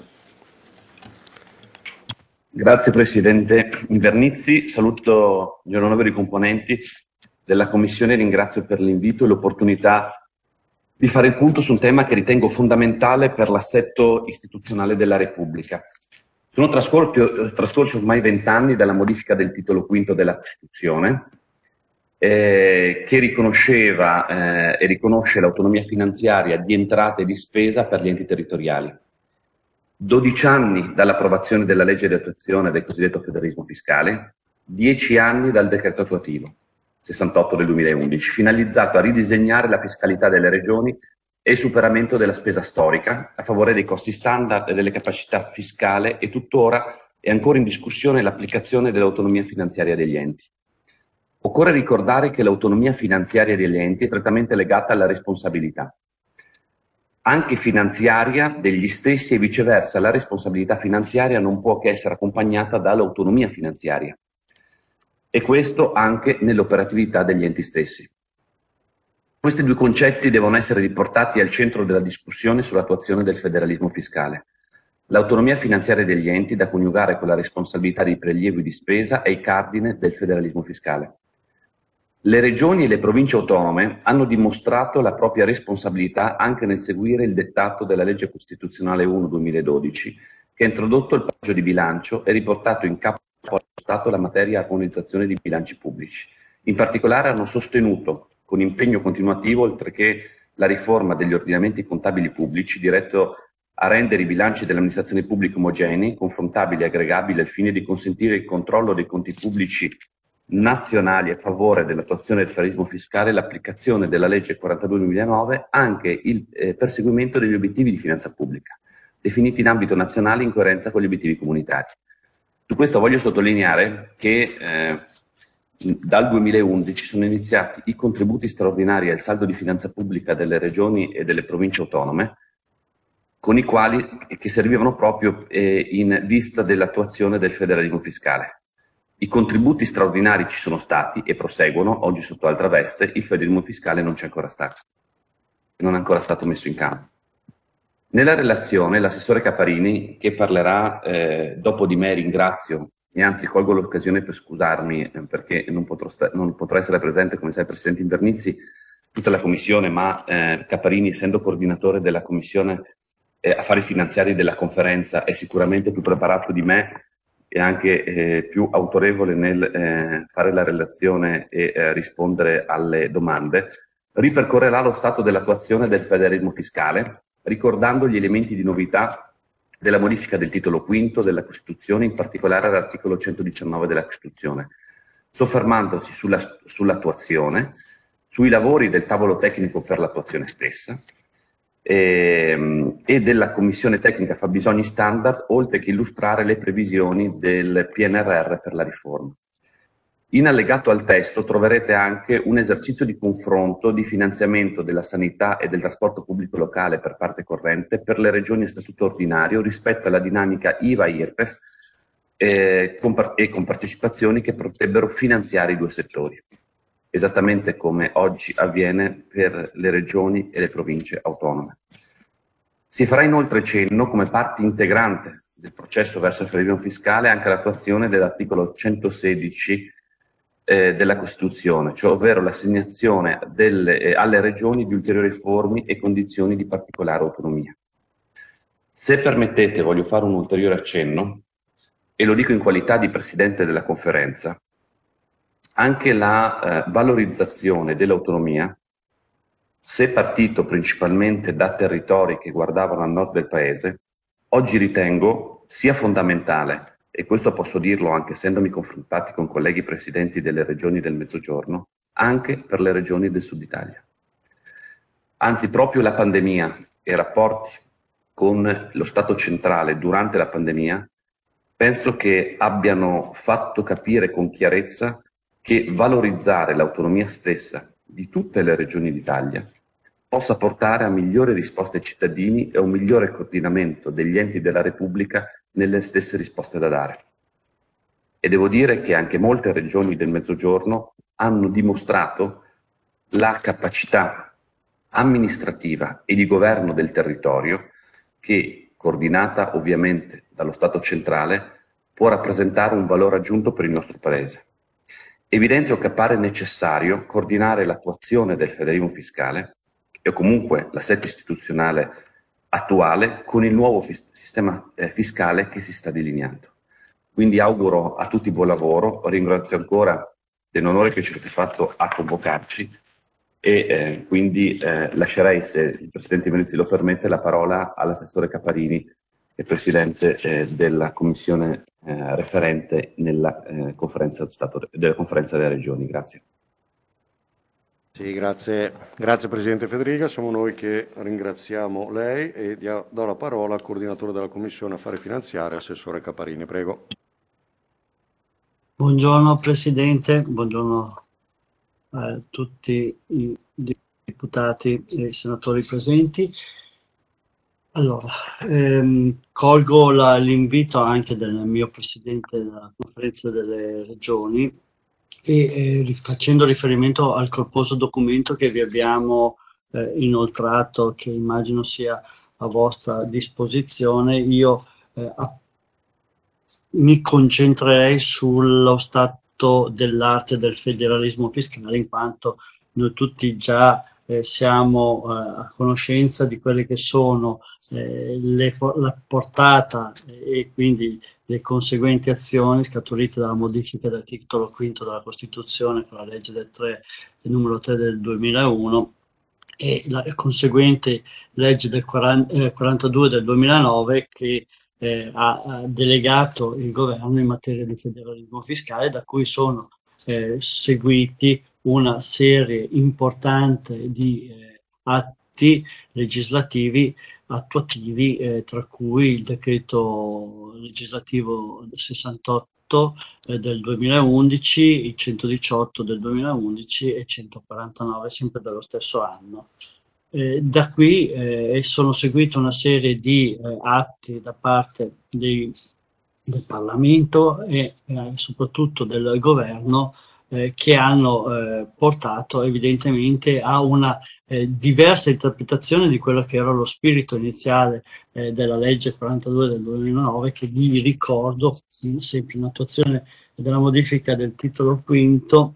Grazie Presidente Invernizzi, saluto gli onorevoli componenti della Commissione e ringrazio per l'invito e l'opportunità di fare il punto su un tema che ritengo fondamentale per l'assetto istituzionale della Repubblica. Sono trascorsi ormai 20 anni dalla modifica del titolo V della Costituzione, che riconosceva e riconosce l'autonomia finanziaria di entrata e di spesa per gli enti territoriali. 12 anni dall'approvazione della legge di attuazione del cosiddetto federalismo fiscale, 10 anni dal decreto attuativo 68 del 2011, finalizzato a ridisegnare la fiscalità delle regioni e il superamento della spesa storica a favore dei costi standard e delle capacità fiscale, e tuttora è ancora in discussione l'applicazione dell'autonomia finanziaria degli enti. Occorre ricordare che l'autonomia finanziaria degli enti è strettamente legata alla responsabilità, anche finanziaria, degli stessi, e viceversa la responsabilità finanziaria non può che essere accompagnata dall'autonomia finanziaria. E questo anche nell'operatività degli enti stessi. Questi due concetti devono essere riportati al centro della discussione sull'attuazione del federalismo fiscale. L'autonomia finanziaria degli enti, da coniugare con la responsabilità dei prelievi di spesa, è il cardine del federalismo fiscale. Le regioni e le province autonome hanno dimostrato la propria responsabilità anche nel seguire il dettato della legge costituzionale 1/2012, che ha introdotto il pareggio di bilancio e riportato in capo allo Stato la materia armonizzazione di bilanci pubblici. In particolare hanno sostenuto con impegno continuativo, oltre che la riforma degli ordinamenti contabili pubblici, diretto a rendere i bilanci delle amministrazioni pubbliche omogenei, confrontabili e aggregabili al fine di consentire il controllo dei conti pubblici nazionali a favore dell'attuazione del federalismo fiscale, l'applicazione della legge 42/2009, anche il perseguimento degli obiettivi di finanza pubblica, definiti in ambito nazionale in coerenza con gli obiettivi comunitari. Su questo voglio sottolineare che dal 2011 sono iniziati i contributi straordinari al saldo di finanza pubblica delle regioni e delle province autonome, con i quali che servivano proprio in vista dell'attuazione del federalismo fiscale. I contributi straordinari ci sono stati e proseguono, oggi sotto altra veste, il federalismo fiscale non c'è ancora stato, non è ancora stato messo in campo. Nella relazione l'assessore Caparini, che parlerà dopo di me, ringrazio e anzi colgo l'occasione per scusarmi perché non potrò essere presente, come sa il Presidente Invernizzi, tutta la Commissione, ma Caparini, essendo coordinatore della Commissione Affari Finanziari della Conferenza, è sicuramente più preparato di me e anche più autorevole nel fare la relazione e rispondere alle domande. Ripercorrerà lo stato dell'attuazione del federalismo fiscale, ricordando gli elementi di novità della modifica del titolo V della Costituzione, in particolare l'articolo 119 della Costituzione, soffermandosi sull'attuazione, sui lavori del tavolo tecnico per l'attuazione stessa e della commissione tecnica fabbisogni standard, oltre che illustrare le previsioni del PNRR per la riforma. In allegato al testo troverete anche un esercizio di confronto di finanziamento della sanità e del trasporto pubblico locale per parte corrente per le regioni a statuto ordinario rispetto alla dinamica IVA-IRPEF e con partecipazioni che potrebbero finanziare i due settori, esattamente come oggi avviene per le regioni e le province autonome. Si farà inoltre cenno, come parte integrante del processo verso il federalismo fiscale, anche all'attuazione dell'articolo 116 della Costituzione, cioè ovvero l'assegnazione alle regioni di ulteriori forme e condizioni di particolare autonomia. Se permettete, voglio fare un ulteriore accenno, e lo dico in qualità di Presidente della Conferenza. Anche la valorizzazione dell'autonomia, se partito principalmente da territori che guardavano al nord del Paese, oggi ritengo sia fondamentale, e questo posso dirlo anche essendomi confrontati con colleghi presidenti delle regioni del Mezzogiorno, anche per le regioni del Sud Italia. Anzi, proprio la pandemia e i rapporti con lo Stato centrale durante la pandemia penso che abbiano fatto capire con chiarezza che valorizzare l'autonomia stessa di tutte le regioni d'Italia possa portare a migliori risposte ai cittadini e a un migliore coordinamento degli enti della Repubblica nelle stesse risposte da dare. E devo dire che anche molte regioni del Mezzogiorno hanno dimostrato la capacità amministrativa e di governo del territorio che, coordinata ovviamente dallo Stato centrale, può rappresentare un valore aggiunto per il nostro Paese. Evidenzio che appare necessario coordinare l'attuazione del federalismo fiscale e comunque l'assetto istituzionale attuale con il nuovo sistema fiscale che si sta delineando. Quindi auguro a tutti buon lavoro, ringrazio ancora dell'onore che ci avete fatto a convocarci e quindi lascerei, se il Presidente Venezzi lo permette, la parola all'assessore Caparini, che è Presidente della Commissione referente nella conferenza delle Regioni. Grazie. Sì, grazie Presidente Federica, siamo noi che ringraziamo lei e do la parola al coordinatore della Commissione Affari Finanziari, Assessore Caparini, prego. Buongiorno Presidente, buongiorno a tutti i deputati e senatori presenti. Allora, colgo l'invito anche del mio Presidente della Conferenza delle Regioni e facendo riferimento al corposo documento che vi abbiamo inoltrato, che immagino sia a vostra disposizione, io mi concentrerei sullo stato dell'arte del federalismo fiscale, in quanto noi tutti già siamo a conoscenza di quelle che sono la portata e quindi le conseguenti azioni scaturite dalla modifica del titolo V della Costituzione con la legge numero 3 del 2001 e la conseguente legge del 42 del 2009 che ha delegato il governo in materia di federalismo fiscale, da cui sono seguiti una serie importante di atti legislativi attuativi, tra cui il decreto legislativo 68 del 2011, il 118 del 2011 e 149 sempre dello stesso anno. Da qui sono seguite una serie di atti da parte del Parlamento e soprattutto del governo che hanno portato evidentemente a una diversa interpretazione di quello che era lo spirito iniziale della legge 42 del 2009, che vi ricordo, sempre in attuazione della modifica del titolo V,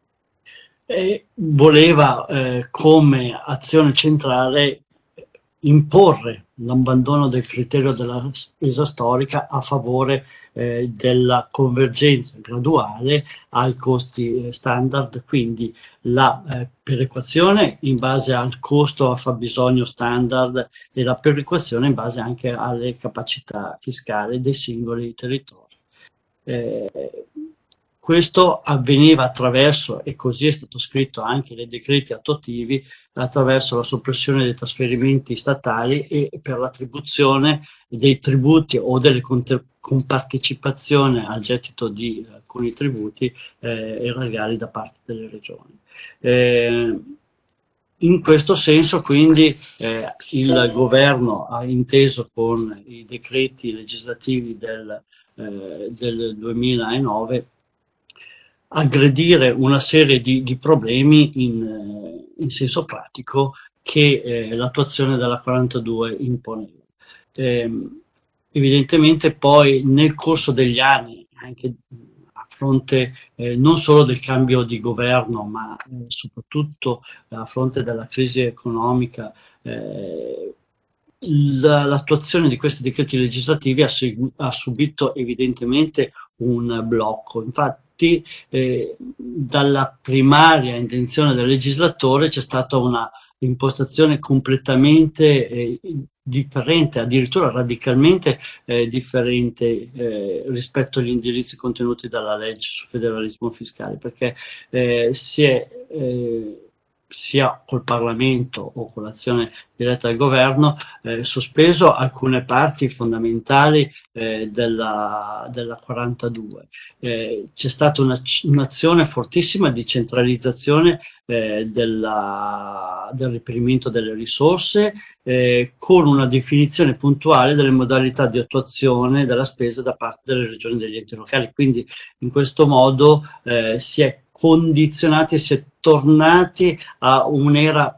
voleva come azione centrale imporre l'abbandono del criterio della spesa storica a favore della convergenza graduale ai costi standard, quindi la perequazione in base al costo a fabbisogno standard e la perequazione in base anche alle capacità fiscali dei singoli territori. questo avveniva attraverso, e così è stato scritto anche nei decreti attuativi, attraverso la soppressione dei trasferimenti statali e per l'attribuzione dei tributi o delle compartecipazione al gettito di alcuni tributi erariali da parte delle regioni. In questo senso, quindi, il governo ha inteso con i decreti legislativi del 2009 aggredire una serie di problemi in senso pratico che l'attuazione della 42 imponeva. Evidentemente poi nel corso degli anni, anche a fronte non solo del cambio di governo, ma soprattutto a fronte della crisi economica, l'attuazione di questi decreti legislativi ha subito evidentemente un blocco. Infatti dalla primaria intenzione del legislatore c'è stata una impostazione completamente differente, addirittura radicalmente differente rispetto agli indirizzi contenuti dalla legge sul federalismo fiscale, perché si è sia col Parlamento o con l'azione diretta del governo, sospeso alcune parti fondamentali della 42. C'è stata un'azione fortissima di centralizzazione del reperimento delle risorse, con una definizione puntuale delle modalità di attuazione della spesa da parte delle regioni e degli enti locali. Quindi in questo modo si è condizionati e si è tornati a un'era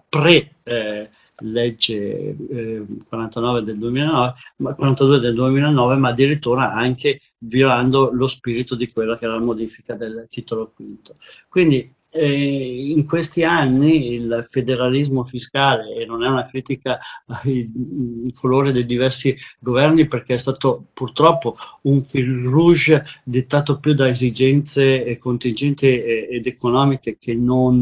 legge 49 del 2009, 42 del 2009, ma addirittura anche violando lo spirito di quella che era la modifica del titolo quinto. Quindi in questi anni il federalismo fiscale, e non è una critica al colore dei diversi governi, perché è stato purtroppo un fil rouge dettato più da esigenze contingenti ed economiche che non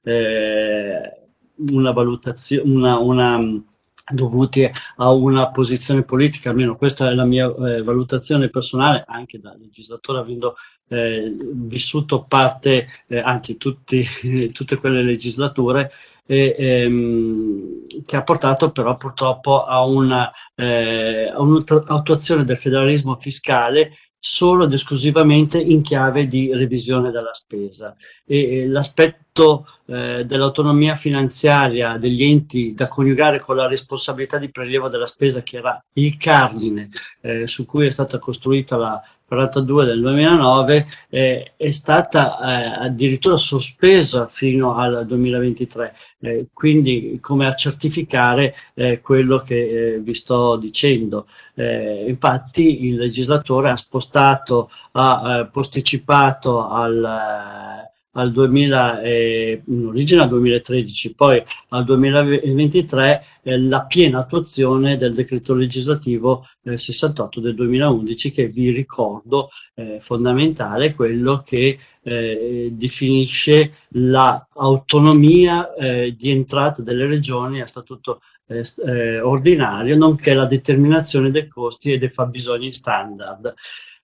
una valutazione, dovuti a una posizione politica. Almeno questa è la mia valutazione personale, anche da legislatore, avendo vissuto parte, anzi tutte quelle legislature, che ha portato però purtroppo a un'attuazione del federalismo fiscale solo ed esclusivamente in chiave di revisione della spesa, e l'aspetto dell'autonomia finanziaria degli enti da coniugare con la responsabilità di prelievo della spesa, che era il cardine su cui è stata costruita la 42 del 2009, è stata addirittura sospesa fino al 2023, quindi come a certificare quello che vi sto dicendo. Infatti il legislatore ha posticipato al 2000, in origine al 2013, poi al 2023 la piena attuazione del decreto legislativo 68 del 2011, che vi ricordo fondamentale, quello che definisce l'autonomia di entrata delle regioni a statuto ordinario, nonché la determinazione dei costi e dei fabbisogni standard.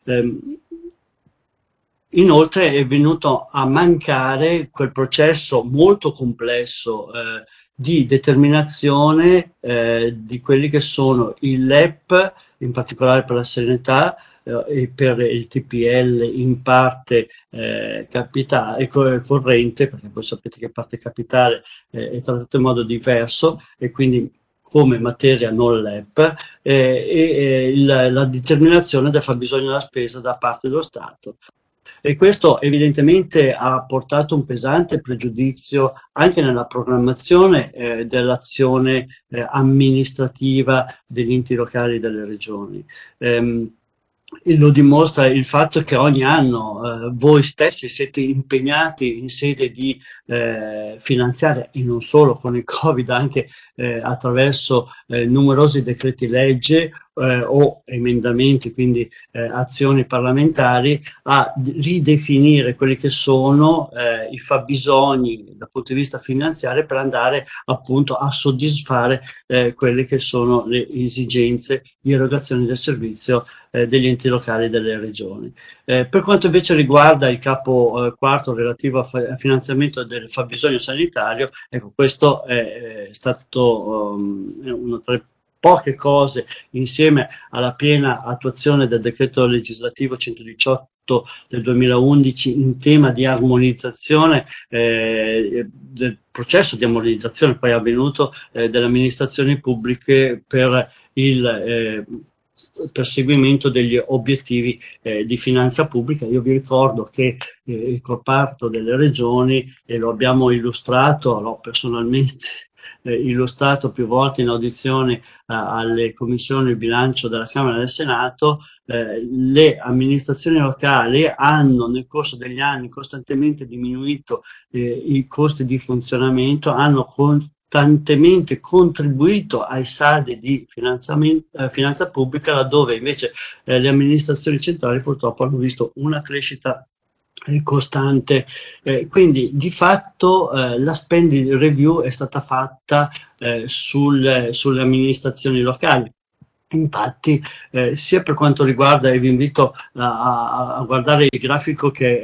Inoltre è venuto a mancare quel processo molto complesso di determinazione di quelli che sono il LEP, in particolare per la sanità, e per il TPL in parte capitale, corrente, perché voi sapete che parte capitale è trattato in modo diverso e quindi come materia non LEP, la determinazione del fabbisogno della spesa da parte dello Stato. E questo evidentemente ha portato un pesante pregiudizio anche nella programmazione dell'azione amministrativa degli enti locali e delle regioni. Lo dimostra il fatto che ogni anno voi stessi siete impegnati in sede di finanziaria, e non solo con il Covid, anche attraverso numerosi decreti legge o emendamenti, quindi azioni parlamentari, a ridefinire quelli che sono i fabbisogni dal punto di vista finanziario, per andare appunto a soddisfare quelle che sono le esigenze di erogazione del servizio degli enti locali e delle regioni. Per quanto invece riguarda il capo quarto relativo al finanziamento del fabbisogno sanitario, ecco, questo è stato una tra le poche cose, insieme alla piena attuazione del decreto legislativo 118 del 2011 in tema di armonizzazione del processo di armonizzazione poi avvenuto delle amministrazioni pubbliche per il perseguimento degli obiettivi di finanza pubblica. Io vi ricordo che il comparto delle regioni, e lo abbiamo illustrato, l'ho personalmente illustrato più volte in audizione alle commissioni bilancio della Camera e del Senato, le amministrazioni locali hanno nel corso degli anni costantemente diminuito i costi di funzionamento, hanno costantemente contribuito ai saldi di finanza pubblica, laddove invece le amministrazioni centrali purtroppo hanno visto una crescita costante. Quindi di fatto la spending review è stata fatta sulle amministrazioni locali. Infatti sia per quanto riguarda, e vi invito a guardare il grafico che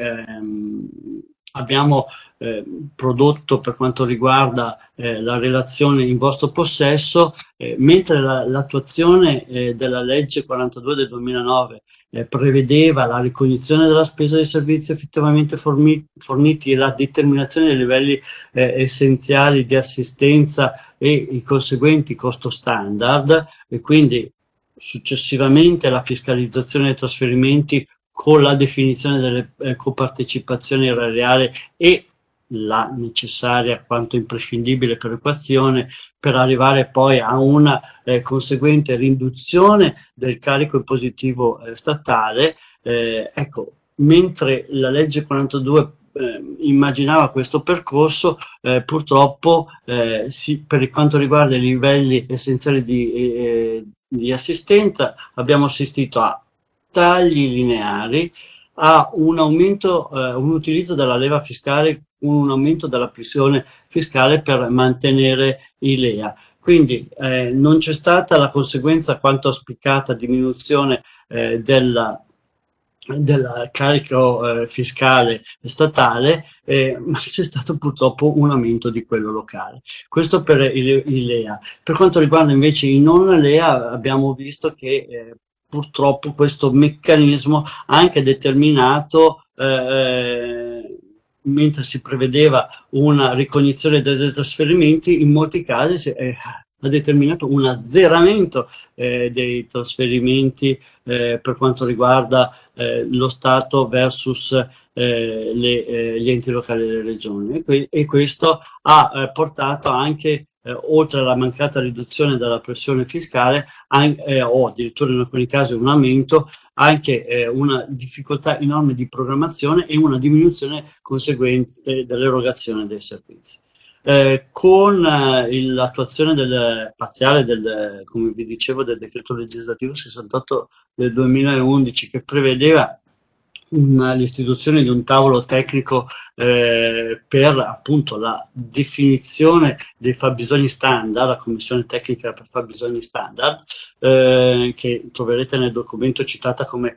abbiamo prodotto per quanto riguarda la relazione in vostro possesso, mentre l'attuazione della legge 42 del 2009 prevedeva la ricognizione della spesa dei servizi effettivamente forniti e la determinazione dei livelli essenziali di assistenza e i conseguenti costo standard, e quindi successivamente la fiscalizzazione dei trasferimenti con la definizione delle copartecipazioni erariali e la necessaria quanto imprescindibile perequazione, per arrivare poi a una conseguente riduzione del carico impositivo statale. Ecco, mentre la legge 42 immaginava questo percorso, purtroppo per quanto riguarda i livelli essenziali di assistenza abbiamo assistito a tagli lineari, a un aumento, un utilizzo della leva fiscale, un aumento della pressione fiscale per mantenere i LEA. Quindi non c'è stata la conseguenza quanto auspicata diminuzione del carico fiscale statale, ma c'è stato purtroppo un aumento di quello locale. Questo per i LEA. Per quanto riguarda invece i non LEA, abbiamo visto che purtroppo questo meccanismo ha anche determinato, mentre si prevedeva una ricognizione dei trasferimenti, in molti casi ha determinato un azzeramento dei trasferimenti per quanto riguarda lo Stato versus gli enti locali delle regioni, e questo ha portato anche, oltre alla mancata riduzione della pressione fiscale, o addirittura in alcuni casi un aumento, anche una difficoltà enorme di programmazione e una diminuzione conseguente dell'erogazione dei servizi. Con l'attuazione parziale come vi dicevo, del decreto legislativo 68 del 2011, che prevedeva l'istituzione di un tavolo tecnico per appunto la definizione dei fabbisogni standard, la commissione tecnica per fabbisogni standard, che troverete nel documento citata come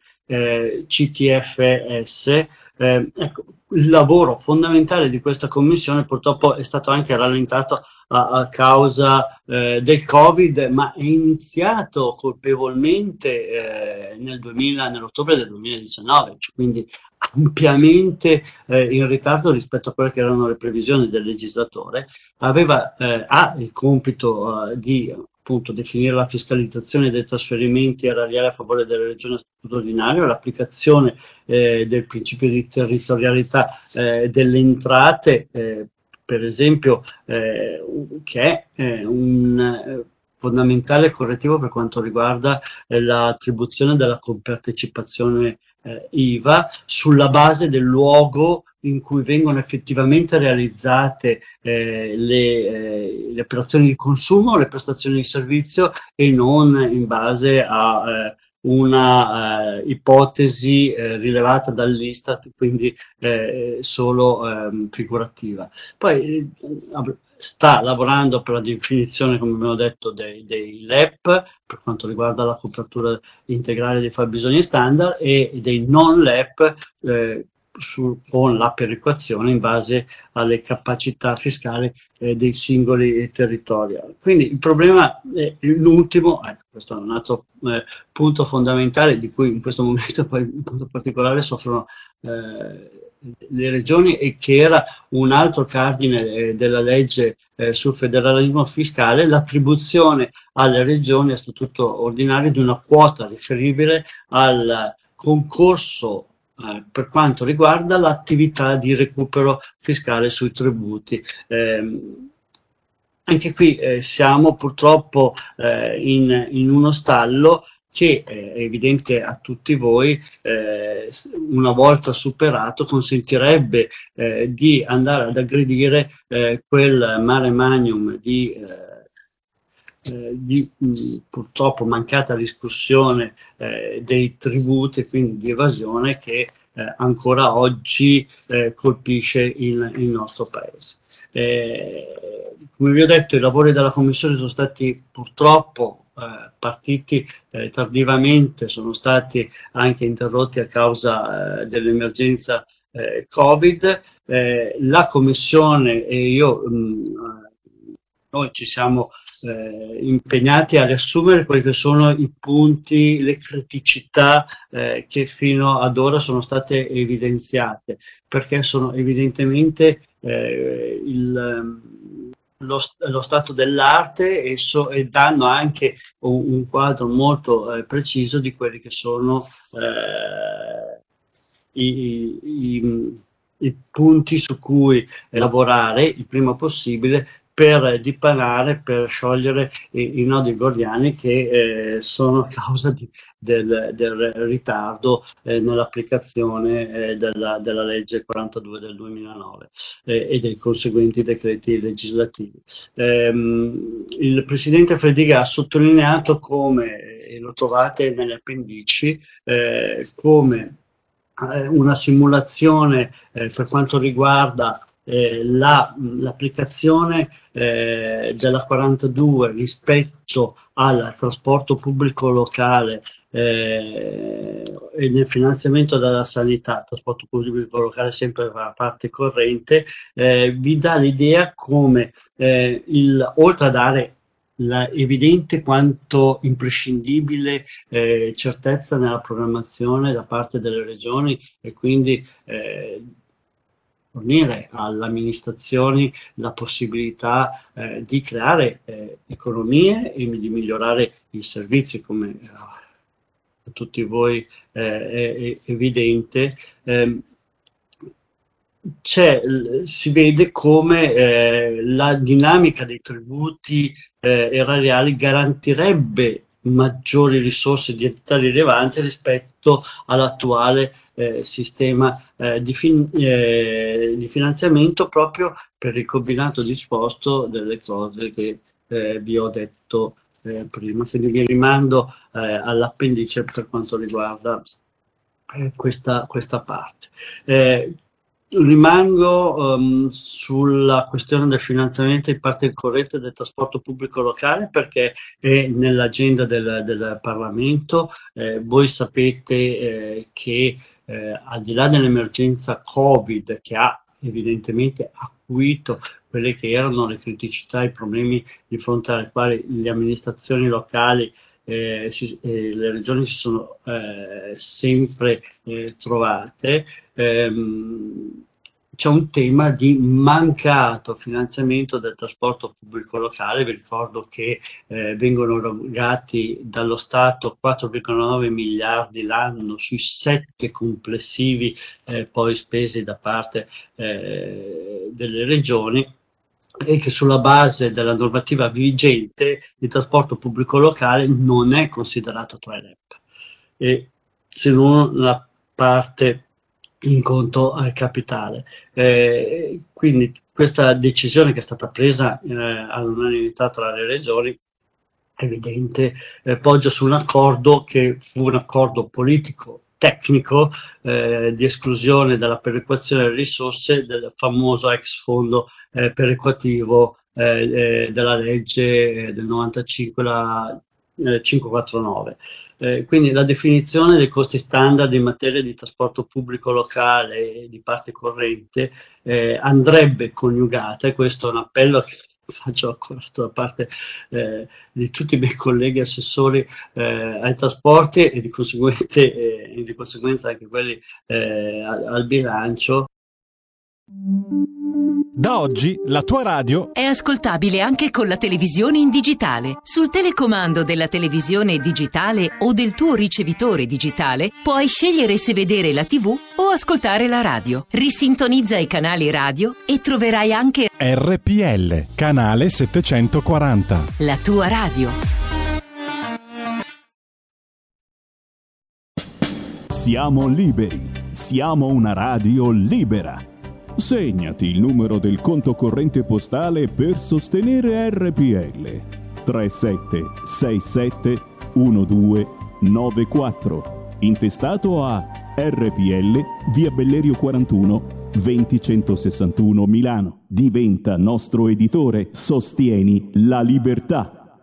CTFS. Ecco, il lavoro fondamentale di questa commissione purtroppo è stato anche rallentato a causa del Covid, ma è iniziato colpevolmente nell'ottobre del 2019, quindi ampiamente in ritardo rispetto a quelle che erano le previsioni del legislatore. Ha il compito di appunto definire la fiscalizzazione dei trasferimenti erariali a favore delle regioni a statuto ordinario, l'applicazione del principio di territorialità delle entrate, per esempio, che è un fondamentale correttivo per quanto riguarda l'attribuzione della compartecipazione IVA sulla base del luogo in cui vengono effettivamente realizzate le operazioni di consumo, le prestazioni di servizio, e non in base a una ipotesi rilevata dall'Istat, quindi solo figurativa. Poi sta lavorando per la definizione, come abbiamo detto, dei LEP per quanto riguarda la copertura integrale dei fabbisogni standard, e dei non LEP con la perequazione in base alle capacità fiscali dei singoli territori. Quindi il problema è l'ultimo, questo è un altro punto fondamentale di cui in questo momento poi in modo particolare soffrono le regioni, e che era un altro cardine della legge sul federalismo fiscale, l'attribuzione alle regioni a statuto ordinario di una quota riferibile al concorso per quanto riguarda l'attività di recupero fiscale sui tributi. Anche qui siamo purtroppo in uno stallo che è evidente a tutti voi, una volta superato consentirebbe di andare ad aggredire quel mare magnum di purtroppo mancata discussione dei tributi e quindi di evasione che ancora oggi colpisce il nostro paese. Come vi ho detto, i lavori della Commissione sono stati purtroppo partiti tardivamente, sono stati anche interrotti a causa dell'emergenza Covid. La Commissione e noi ci siamo impegnati a riassumere quelli che sono i punti, le criticità che fino ad ora sono state evidenziate, perché sono evidentemente lo stato dell'arte e danno anche un quadro molto preciso di quelli che sono i punti su cui lavorare il prima possibile per dipanare, per sciogliere i nodi gordiani che sono a causa del ritardo nell'applicazione della legge 42 del 2009 e dei conseguenti decreti legislativi. Il Presidente Fedriga ha sottolineato come, e lo trovate nelle appendici, come una simulazione per quanto riguarda l'applicazione della 42 rispetto al trasporto pubblico locale e nel finanziamento della sanità, trasporto pubblico locale sempre la parte corrente, vi dà l'idea come oltre a dare la evidente quanto imprescindibile certezza nella programmazione da parte delle regioni, e quindi fornire alle amministrazioni la possibilità di creare economie e di migliorare i servizi, come a tutti voi è evidente. Si vede come la dinamica dei tributi erariali garantirebbe maggiori risorse di entità rilevanti rispetto all'attuale sistema di finanziamento, proprio per il combinato disposto delle cose che vi ho detto prima. Quindi vi rimando all'appendice per quanto riguarda questa parte. Rimango sulla questione del finanziamento in parte corrente del trasporto pubblico locale, perché è nell'agenda del Parlamento. Voi sapete che al di là dell'emergenza Covid, che ha evidentemente acuito quelle che erano le criticità e i problemi di fronte ai quali le amministrazioni locali le regioni si sono sempre trovate, c'è un tema di mancato finanziamento del trasporto pubblico locale. Vi ricordo che vengono erogati dallo Stato 4,9 miliardi l'anno sui 7 complessivi poi spesi da parte delle regioni, e che sulla base della normativa vigente il trasporto pubblico locale non è considerato tra i LEP, e se non la parte in conto al capitale. Quindi questa decisione che è stata presa all'unanimità tra le regioni, evidente, poggia su un accordo che fu un accordo politico tecnico di esclusione dalla perequazione delle risorse del famoso ex fondo perequativo della legge del 95, la 549. Quindi la definizione dei costi standard in materia di trasporto pubblico locale e di parte corrente andrebbe coniugata, e questo è un appello che faccio accorato da parte di tutti i miei colleghi assessori ai trasporti e di conseguenza anche quelli al bilancio. Da oggi la tua radio è ascoltabile anche con la televisione in digitale. Sul telecomando della televisione digitale o del tuo ricevitore digitale puoi scegliere se vedere la TV o ascoltare la radio. Risintonizza i canali radio e troverai anche RPL, canale 740. La tua radio. Siamo liberi, siamo una radio libera. Segnati il numero del conto corrente postale per sostenere RPL. 37671294. Intestato a RPL, via Bellerio 41, 20161 Milano. Diventa nostro editore. Sostieni la libertà.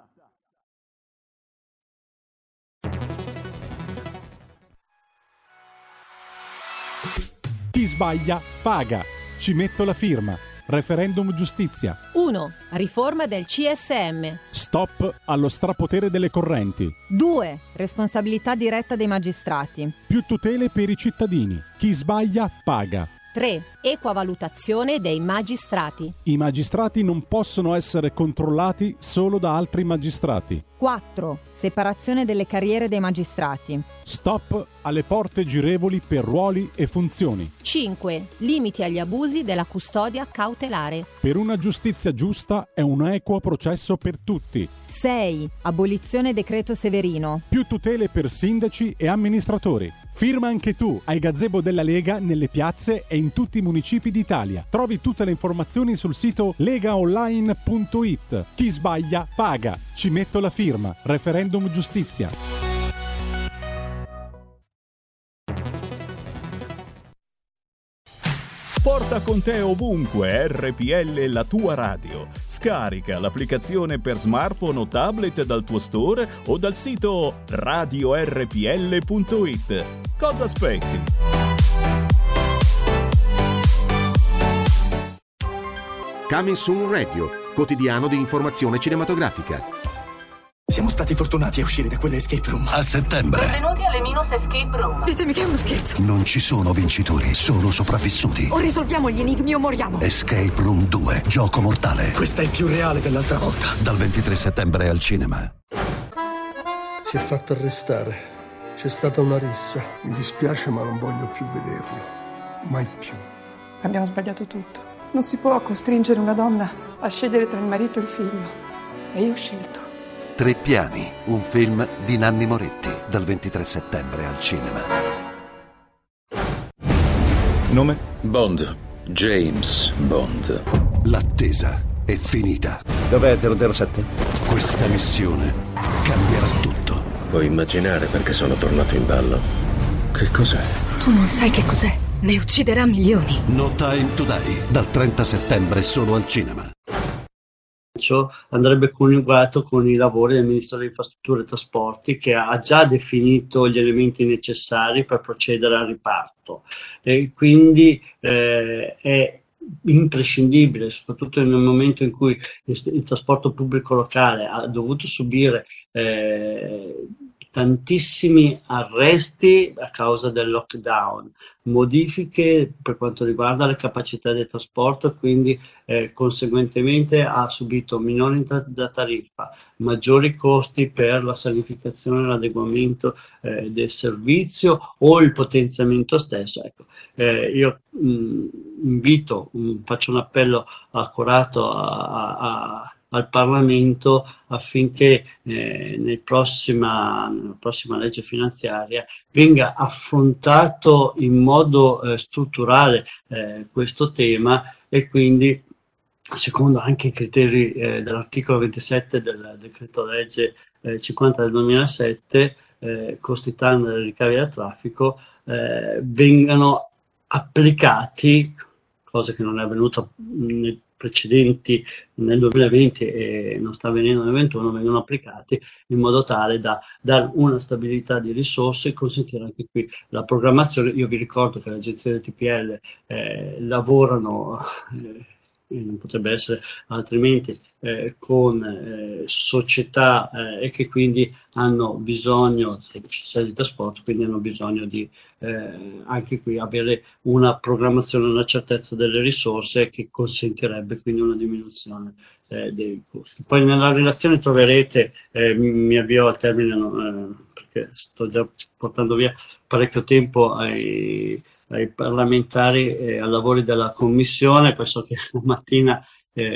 Chi sbaglia paga. Ci metto la firma. Referendum giustizia. 1. Riforma del CSM. Stop allo strapotere delle correnti. 2. Responsabilità diretta dei magistrati. Più tutele per i cittadini. Chi sbaglia paga. 3. Equa valutazione dei magistrati. I magistrati non possono essere controllati solo da altri magistrati. 4. Separazione delle carriere dei magistrati. Stop alle porte girevoli per ruoli e funzioni. 5. Limiti agli abusi della custodia cautelare. Per una giustizia giusta e un equo processo per tutti. 6. Abolizione decreto Severino. Più tutele per sindaci e amministratori. Firma anche tu ai gazebo della Lega nelle piazze e in tutti i municipi d'Italia. Trovi tutte le informazioni sul sito legaonline.it. Chi sbaglia paga. Ci metto la firma. Referendum giustizia. Porta con te ovunque RPL, la tua radio. Scarica l'applicazione per smartphone o tablet dal tuo store o dal sito radiorpl.it. Cosa aspetti? Coming Soon Radio, quotidiano di informazione cinematografica. Siamo stati fortunati a uscire da quelle escape room. A settembre. Benvenuti alle Minus Escape Room. Ditemi che è uno scherzo. Non ci sono vincitori, solo sopravvissuti. O risolviamo gli enigmi o moriamo. Escape Room 2, gioco mortale. Questa è più reale dell'altra volta. Dal 23 settembre al cinema. Si è fatto arrestare. C'è stata una rissa. Mi dispiace, ma non voglio più vederlo. Mai più. Abbiamo sbagliato tutto. Non si può costringere una donna a scegliere tra il marito e il figlio. E io ho scelto. Tre piani, un film di Nanni Moretti, dal 23 settembre al cinema. Nome? Bond. James Bond. L'attesa è finita. Dov'è 007? Questa missione cambierà tutto. Puoi immaginare perché sono tornato in ballo? Che cos'è? Tu non sai che cos'è. Ne ucciderà milioni. No Time to Die, dal 30 settembre solo al cinema. Andrebbe coniugato con i lavori del Ministero delle Infrastrutture e Trasporti, che ha già definito gli elementi necessari per procedere al riparto, e quindi è imprescindibile, soprattutto nel momento in cui il trasporto pubblico locale ha dovuto subire tantissimi arresti a causa del lockdown, modifiche per quanto riguarda le capacità del trasporto, e quindi conseguentemente ha subito minori entrate da tariffa, maggiori costi per la sanificazione e l'adeguamento del servizio o il potenziamento stesso. Ecco, io invito, faccio un appello accorato al Parlamento affinché nella prossima legge finanziaria venga affrontato in modo strutturale questo tema, e quindi secondo anche i criteri dell'articolo 27 del decreto legge 50 del 2007, costituendo i ricavi da traffico, vengano applicati, cosa che non è avvenuta nei precedenti, nel 2020 e non sta avvenendo nel 2021, vengono applicati in modo tale da dare una stabilità di risorse e consentire anche qui la programmazione. Io vi ricordo che le agenzie del TPL lavorano, non potrebbe essere altrimenti, con società e che quindi hanno bisogno di trasporto, quindi hanno bisogno di anche qui avere una programmazione, una certezza delle risorse che consentirebbe quindi una diminuzione dei costi. Poi nella relazione troverete, mi avvio al termine perché sto già portando via parecchio tempo ai parlamentari ai lavori della commissione. Poi so che stamattina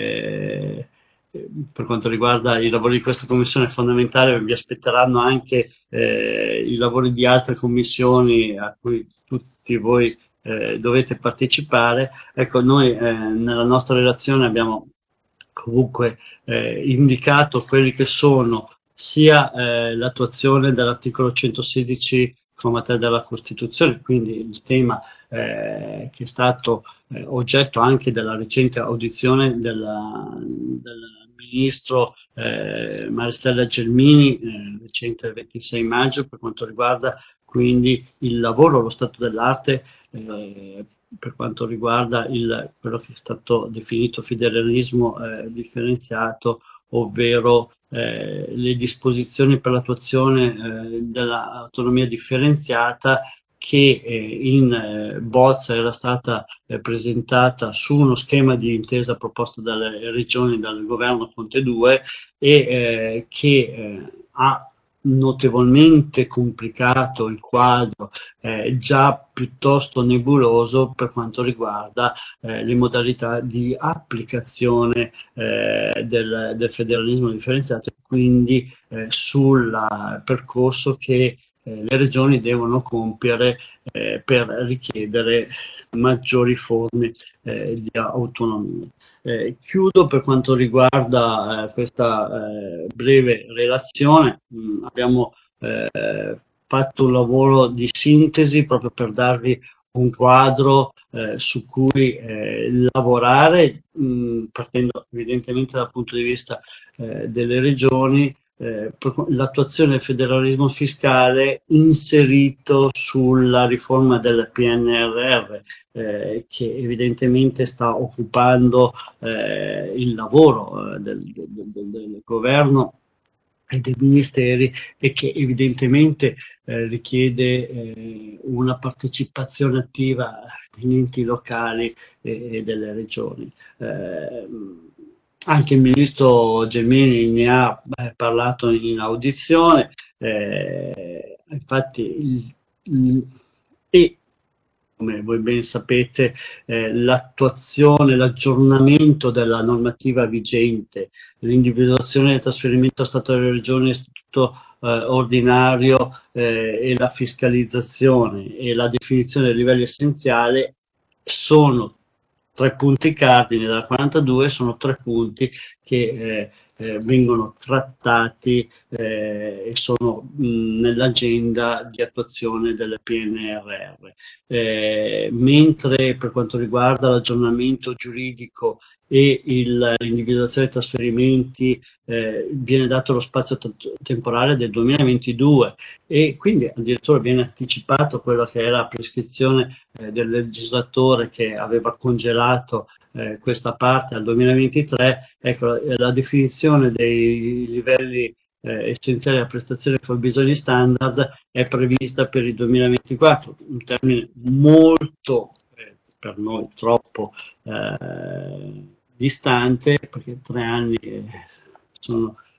per quanto riguarda i lavori di questa commissione è fondamentale, vi aspetteranno anche i lavori di altre commissioni a cui tutti voi dovete partecipare. Ecco, noi nella nostra relazione abbiamo comunque indicato quelli che sono sia l'attuazione dell'articolo 116 comma 3 della Costituzione, quindi il tema che è stato oggetto anche della recente audizione del ministro Maristella Gelmini, recente il 26 maggio, per quanto riguarda quindi il lavoro, lo stato dell'arte, per quanto riguarda quello che è stato definito federalismo differenziato, ovvero le disposizioni per l'attuazione dell'autonomia differenziata, che in bozza era stata presentata su uno schema di intesa proposto dalle regioni, dal governo Conte 2, e che ha notevolmente complicato il quadro già piuttosto nebuloso per quanto riguarda le modalità di applicazione del federalismo differenziato, e quindi sul percorso che le regioni devono compiere per richiedere maggiori forme di autonomia. Chiudo per quanto riguarda questa breve relazione. Abbiamo fatto un lavoro di sintesi proprio per darvi un quadro su cui lavorare, partendo evidentemente dal punto di vista delle regioni, l'attuazione del federalismo fiscale inserito sulla riforma del PNRR, che evidentemente sta occupando il lavoro del governo e dei ministeri, e che evidentemente richiede una partecipazione attiva degli enti locali e delle regioni. Anche il ministro Gelmini ne ha parlato in audizione, infatti come voi ben sapete, l'attuazione, l'aggiornamento della normativa vigente, l'individuazione del trasferimento a Stato e Regione, istituto ordinario e la fiscalizzazione e la definizione dei livelli essenziali sono 3 punti cardine della 42, sono 3 punti che vengono trattati e sono nell'agenda di attuazione del PNRR. Mentre per quanto riguarda l'aggiornamento giuridico e l'individuazione dei trasferimenti viene dato lo spazio temporale del 2022, e quindi addirittura viene anticipato quello che era la prescrizione del legislatore che aveva congelato questa parte al 2023. Ecco, la definizione dei livelli essenziali della prestazione con bisogni standard è prevista per il 2024, un termine molto per noi troppo distante, perché 3 anni sono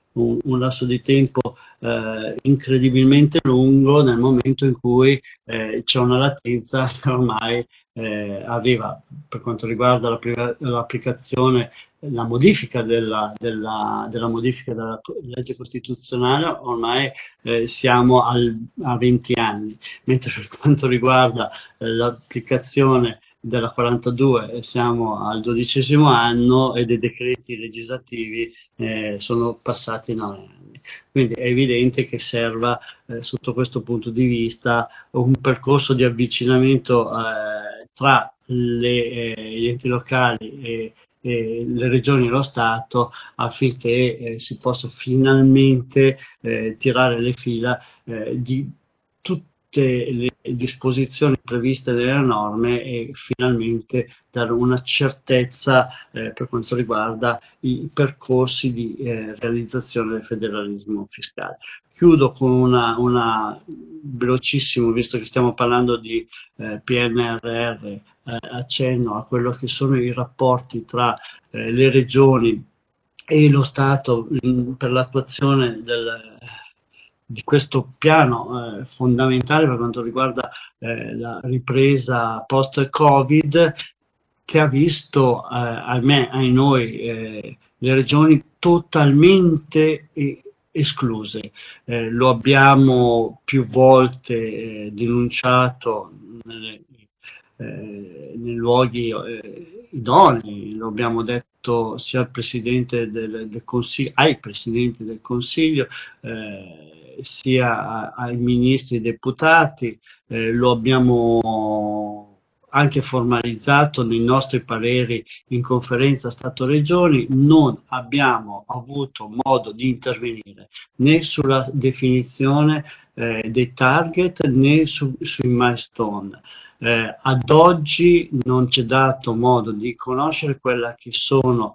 un lasso di tempo incredibilmente lungo, nel momento in cui c'è una latenza che ormai aveva, per quanto riguarda l'applicazione, la modifica della modifica della legge costituzionale, ormai siamo a 20 anni, mentre per quanto riguarda l'applicazione della 42 siamo al 12° anno e dei decreti legislativi sono passati 9 anni. Quindi è evidente che serva sotto questo punto di vista un percorso di avvicinamento tra gli enti locali e le regioni e lo Stato, affinché si possa finalmente tirare le fila di tutte le disposizioni previste nelle norme e finalmente dare una certezza per quanto riguarda i percorsi di realizzazione del federalismo fiscale. Chiudo con una velocissimo, visto che stiamo parlando di PNRR, accenno a quello che sono i rapporti tra le regioni e lo Stato per l'attuazione di questo piano fondamentale per quanto riguarda la ripresa post-Covid, che ha visto, ai noi, le regioni totalmente escluse. Lo abbiamo più volte denunciato nei luoghi idonei, lo abbiamo detto sia al Presidente del Consiglio, ai Presidenti del Consiglio, sia ai ministri e deputati, lo abbiamo anche formalizzato nei nostri pareri in conferenza Stato-Regioni. Non abbiamo avuto modo di intervenire né sulla definizione dei target né sui milestone. Ad oggi non c'è dato modo di conoscere quelle che sono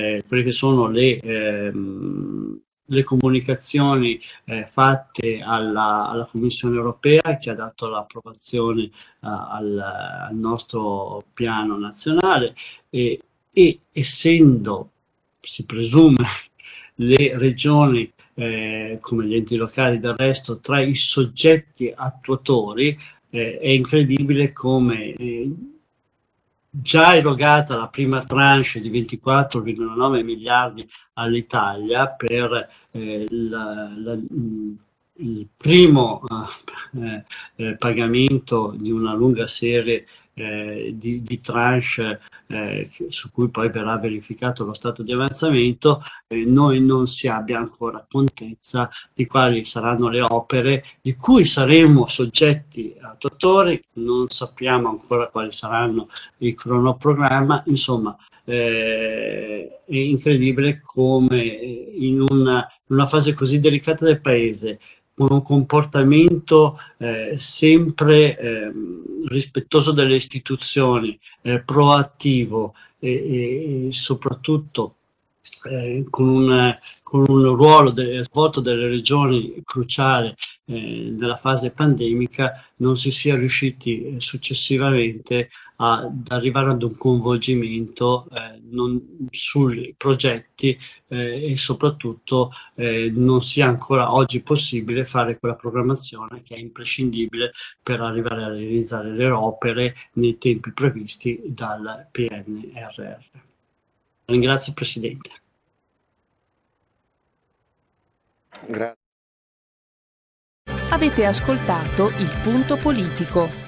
le comunicazioni fatte alla Commissione europea, che ha dato l'approvazione al nostro piano nazionale, e essendo, si presume, le regioni come gli enti locali del resto tra i soggetti attuatori, è incredibile come già erogata la prima tranche di 24,9 miliardi all'Italia per il primo pagamento di una lunga serie di tranche su cui poi verrà verificato lo stato di avanzamento, noi non si abbia ancora contezza di quali saranno le opere di cui saremo soggetti attuatori, non sappiamo ancora quali saranno il cronoprogramma. Insomma, è incredibile come in una fase così delicata del Paese, con un comportamento sempre rispettoso delle istituzioni, proattivo e soprattutto con un ruolo svolto dalle regioni cruciale nella fase pandemica, non si sia riusciti successivamente ad arrivare ad un coinvolgimento sui progetti e soprattutto non sia ancora oggi possibile fare quella programmazione che è imprescindibile per arrivare a realizzare le opere nei tempi previsti dal PNRR. Ringrazio il Presidente. Grazie. Avete ascoltato Il Punto Politico.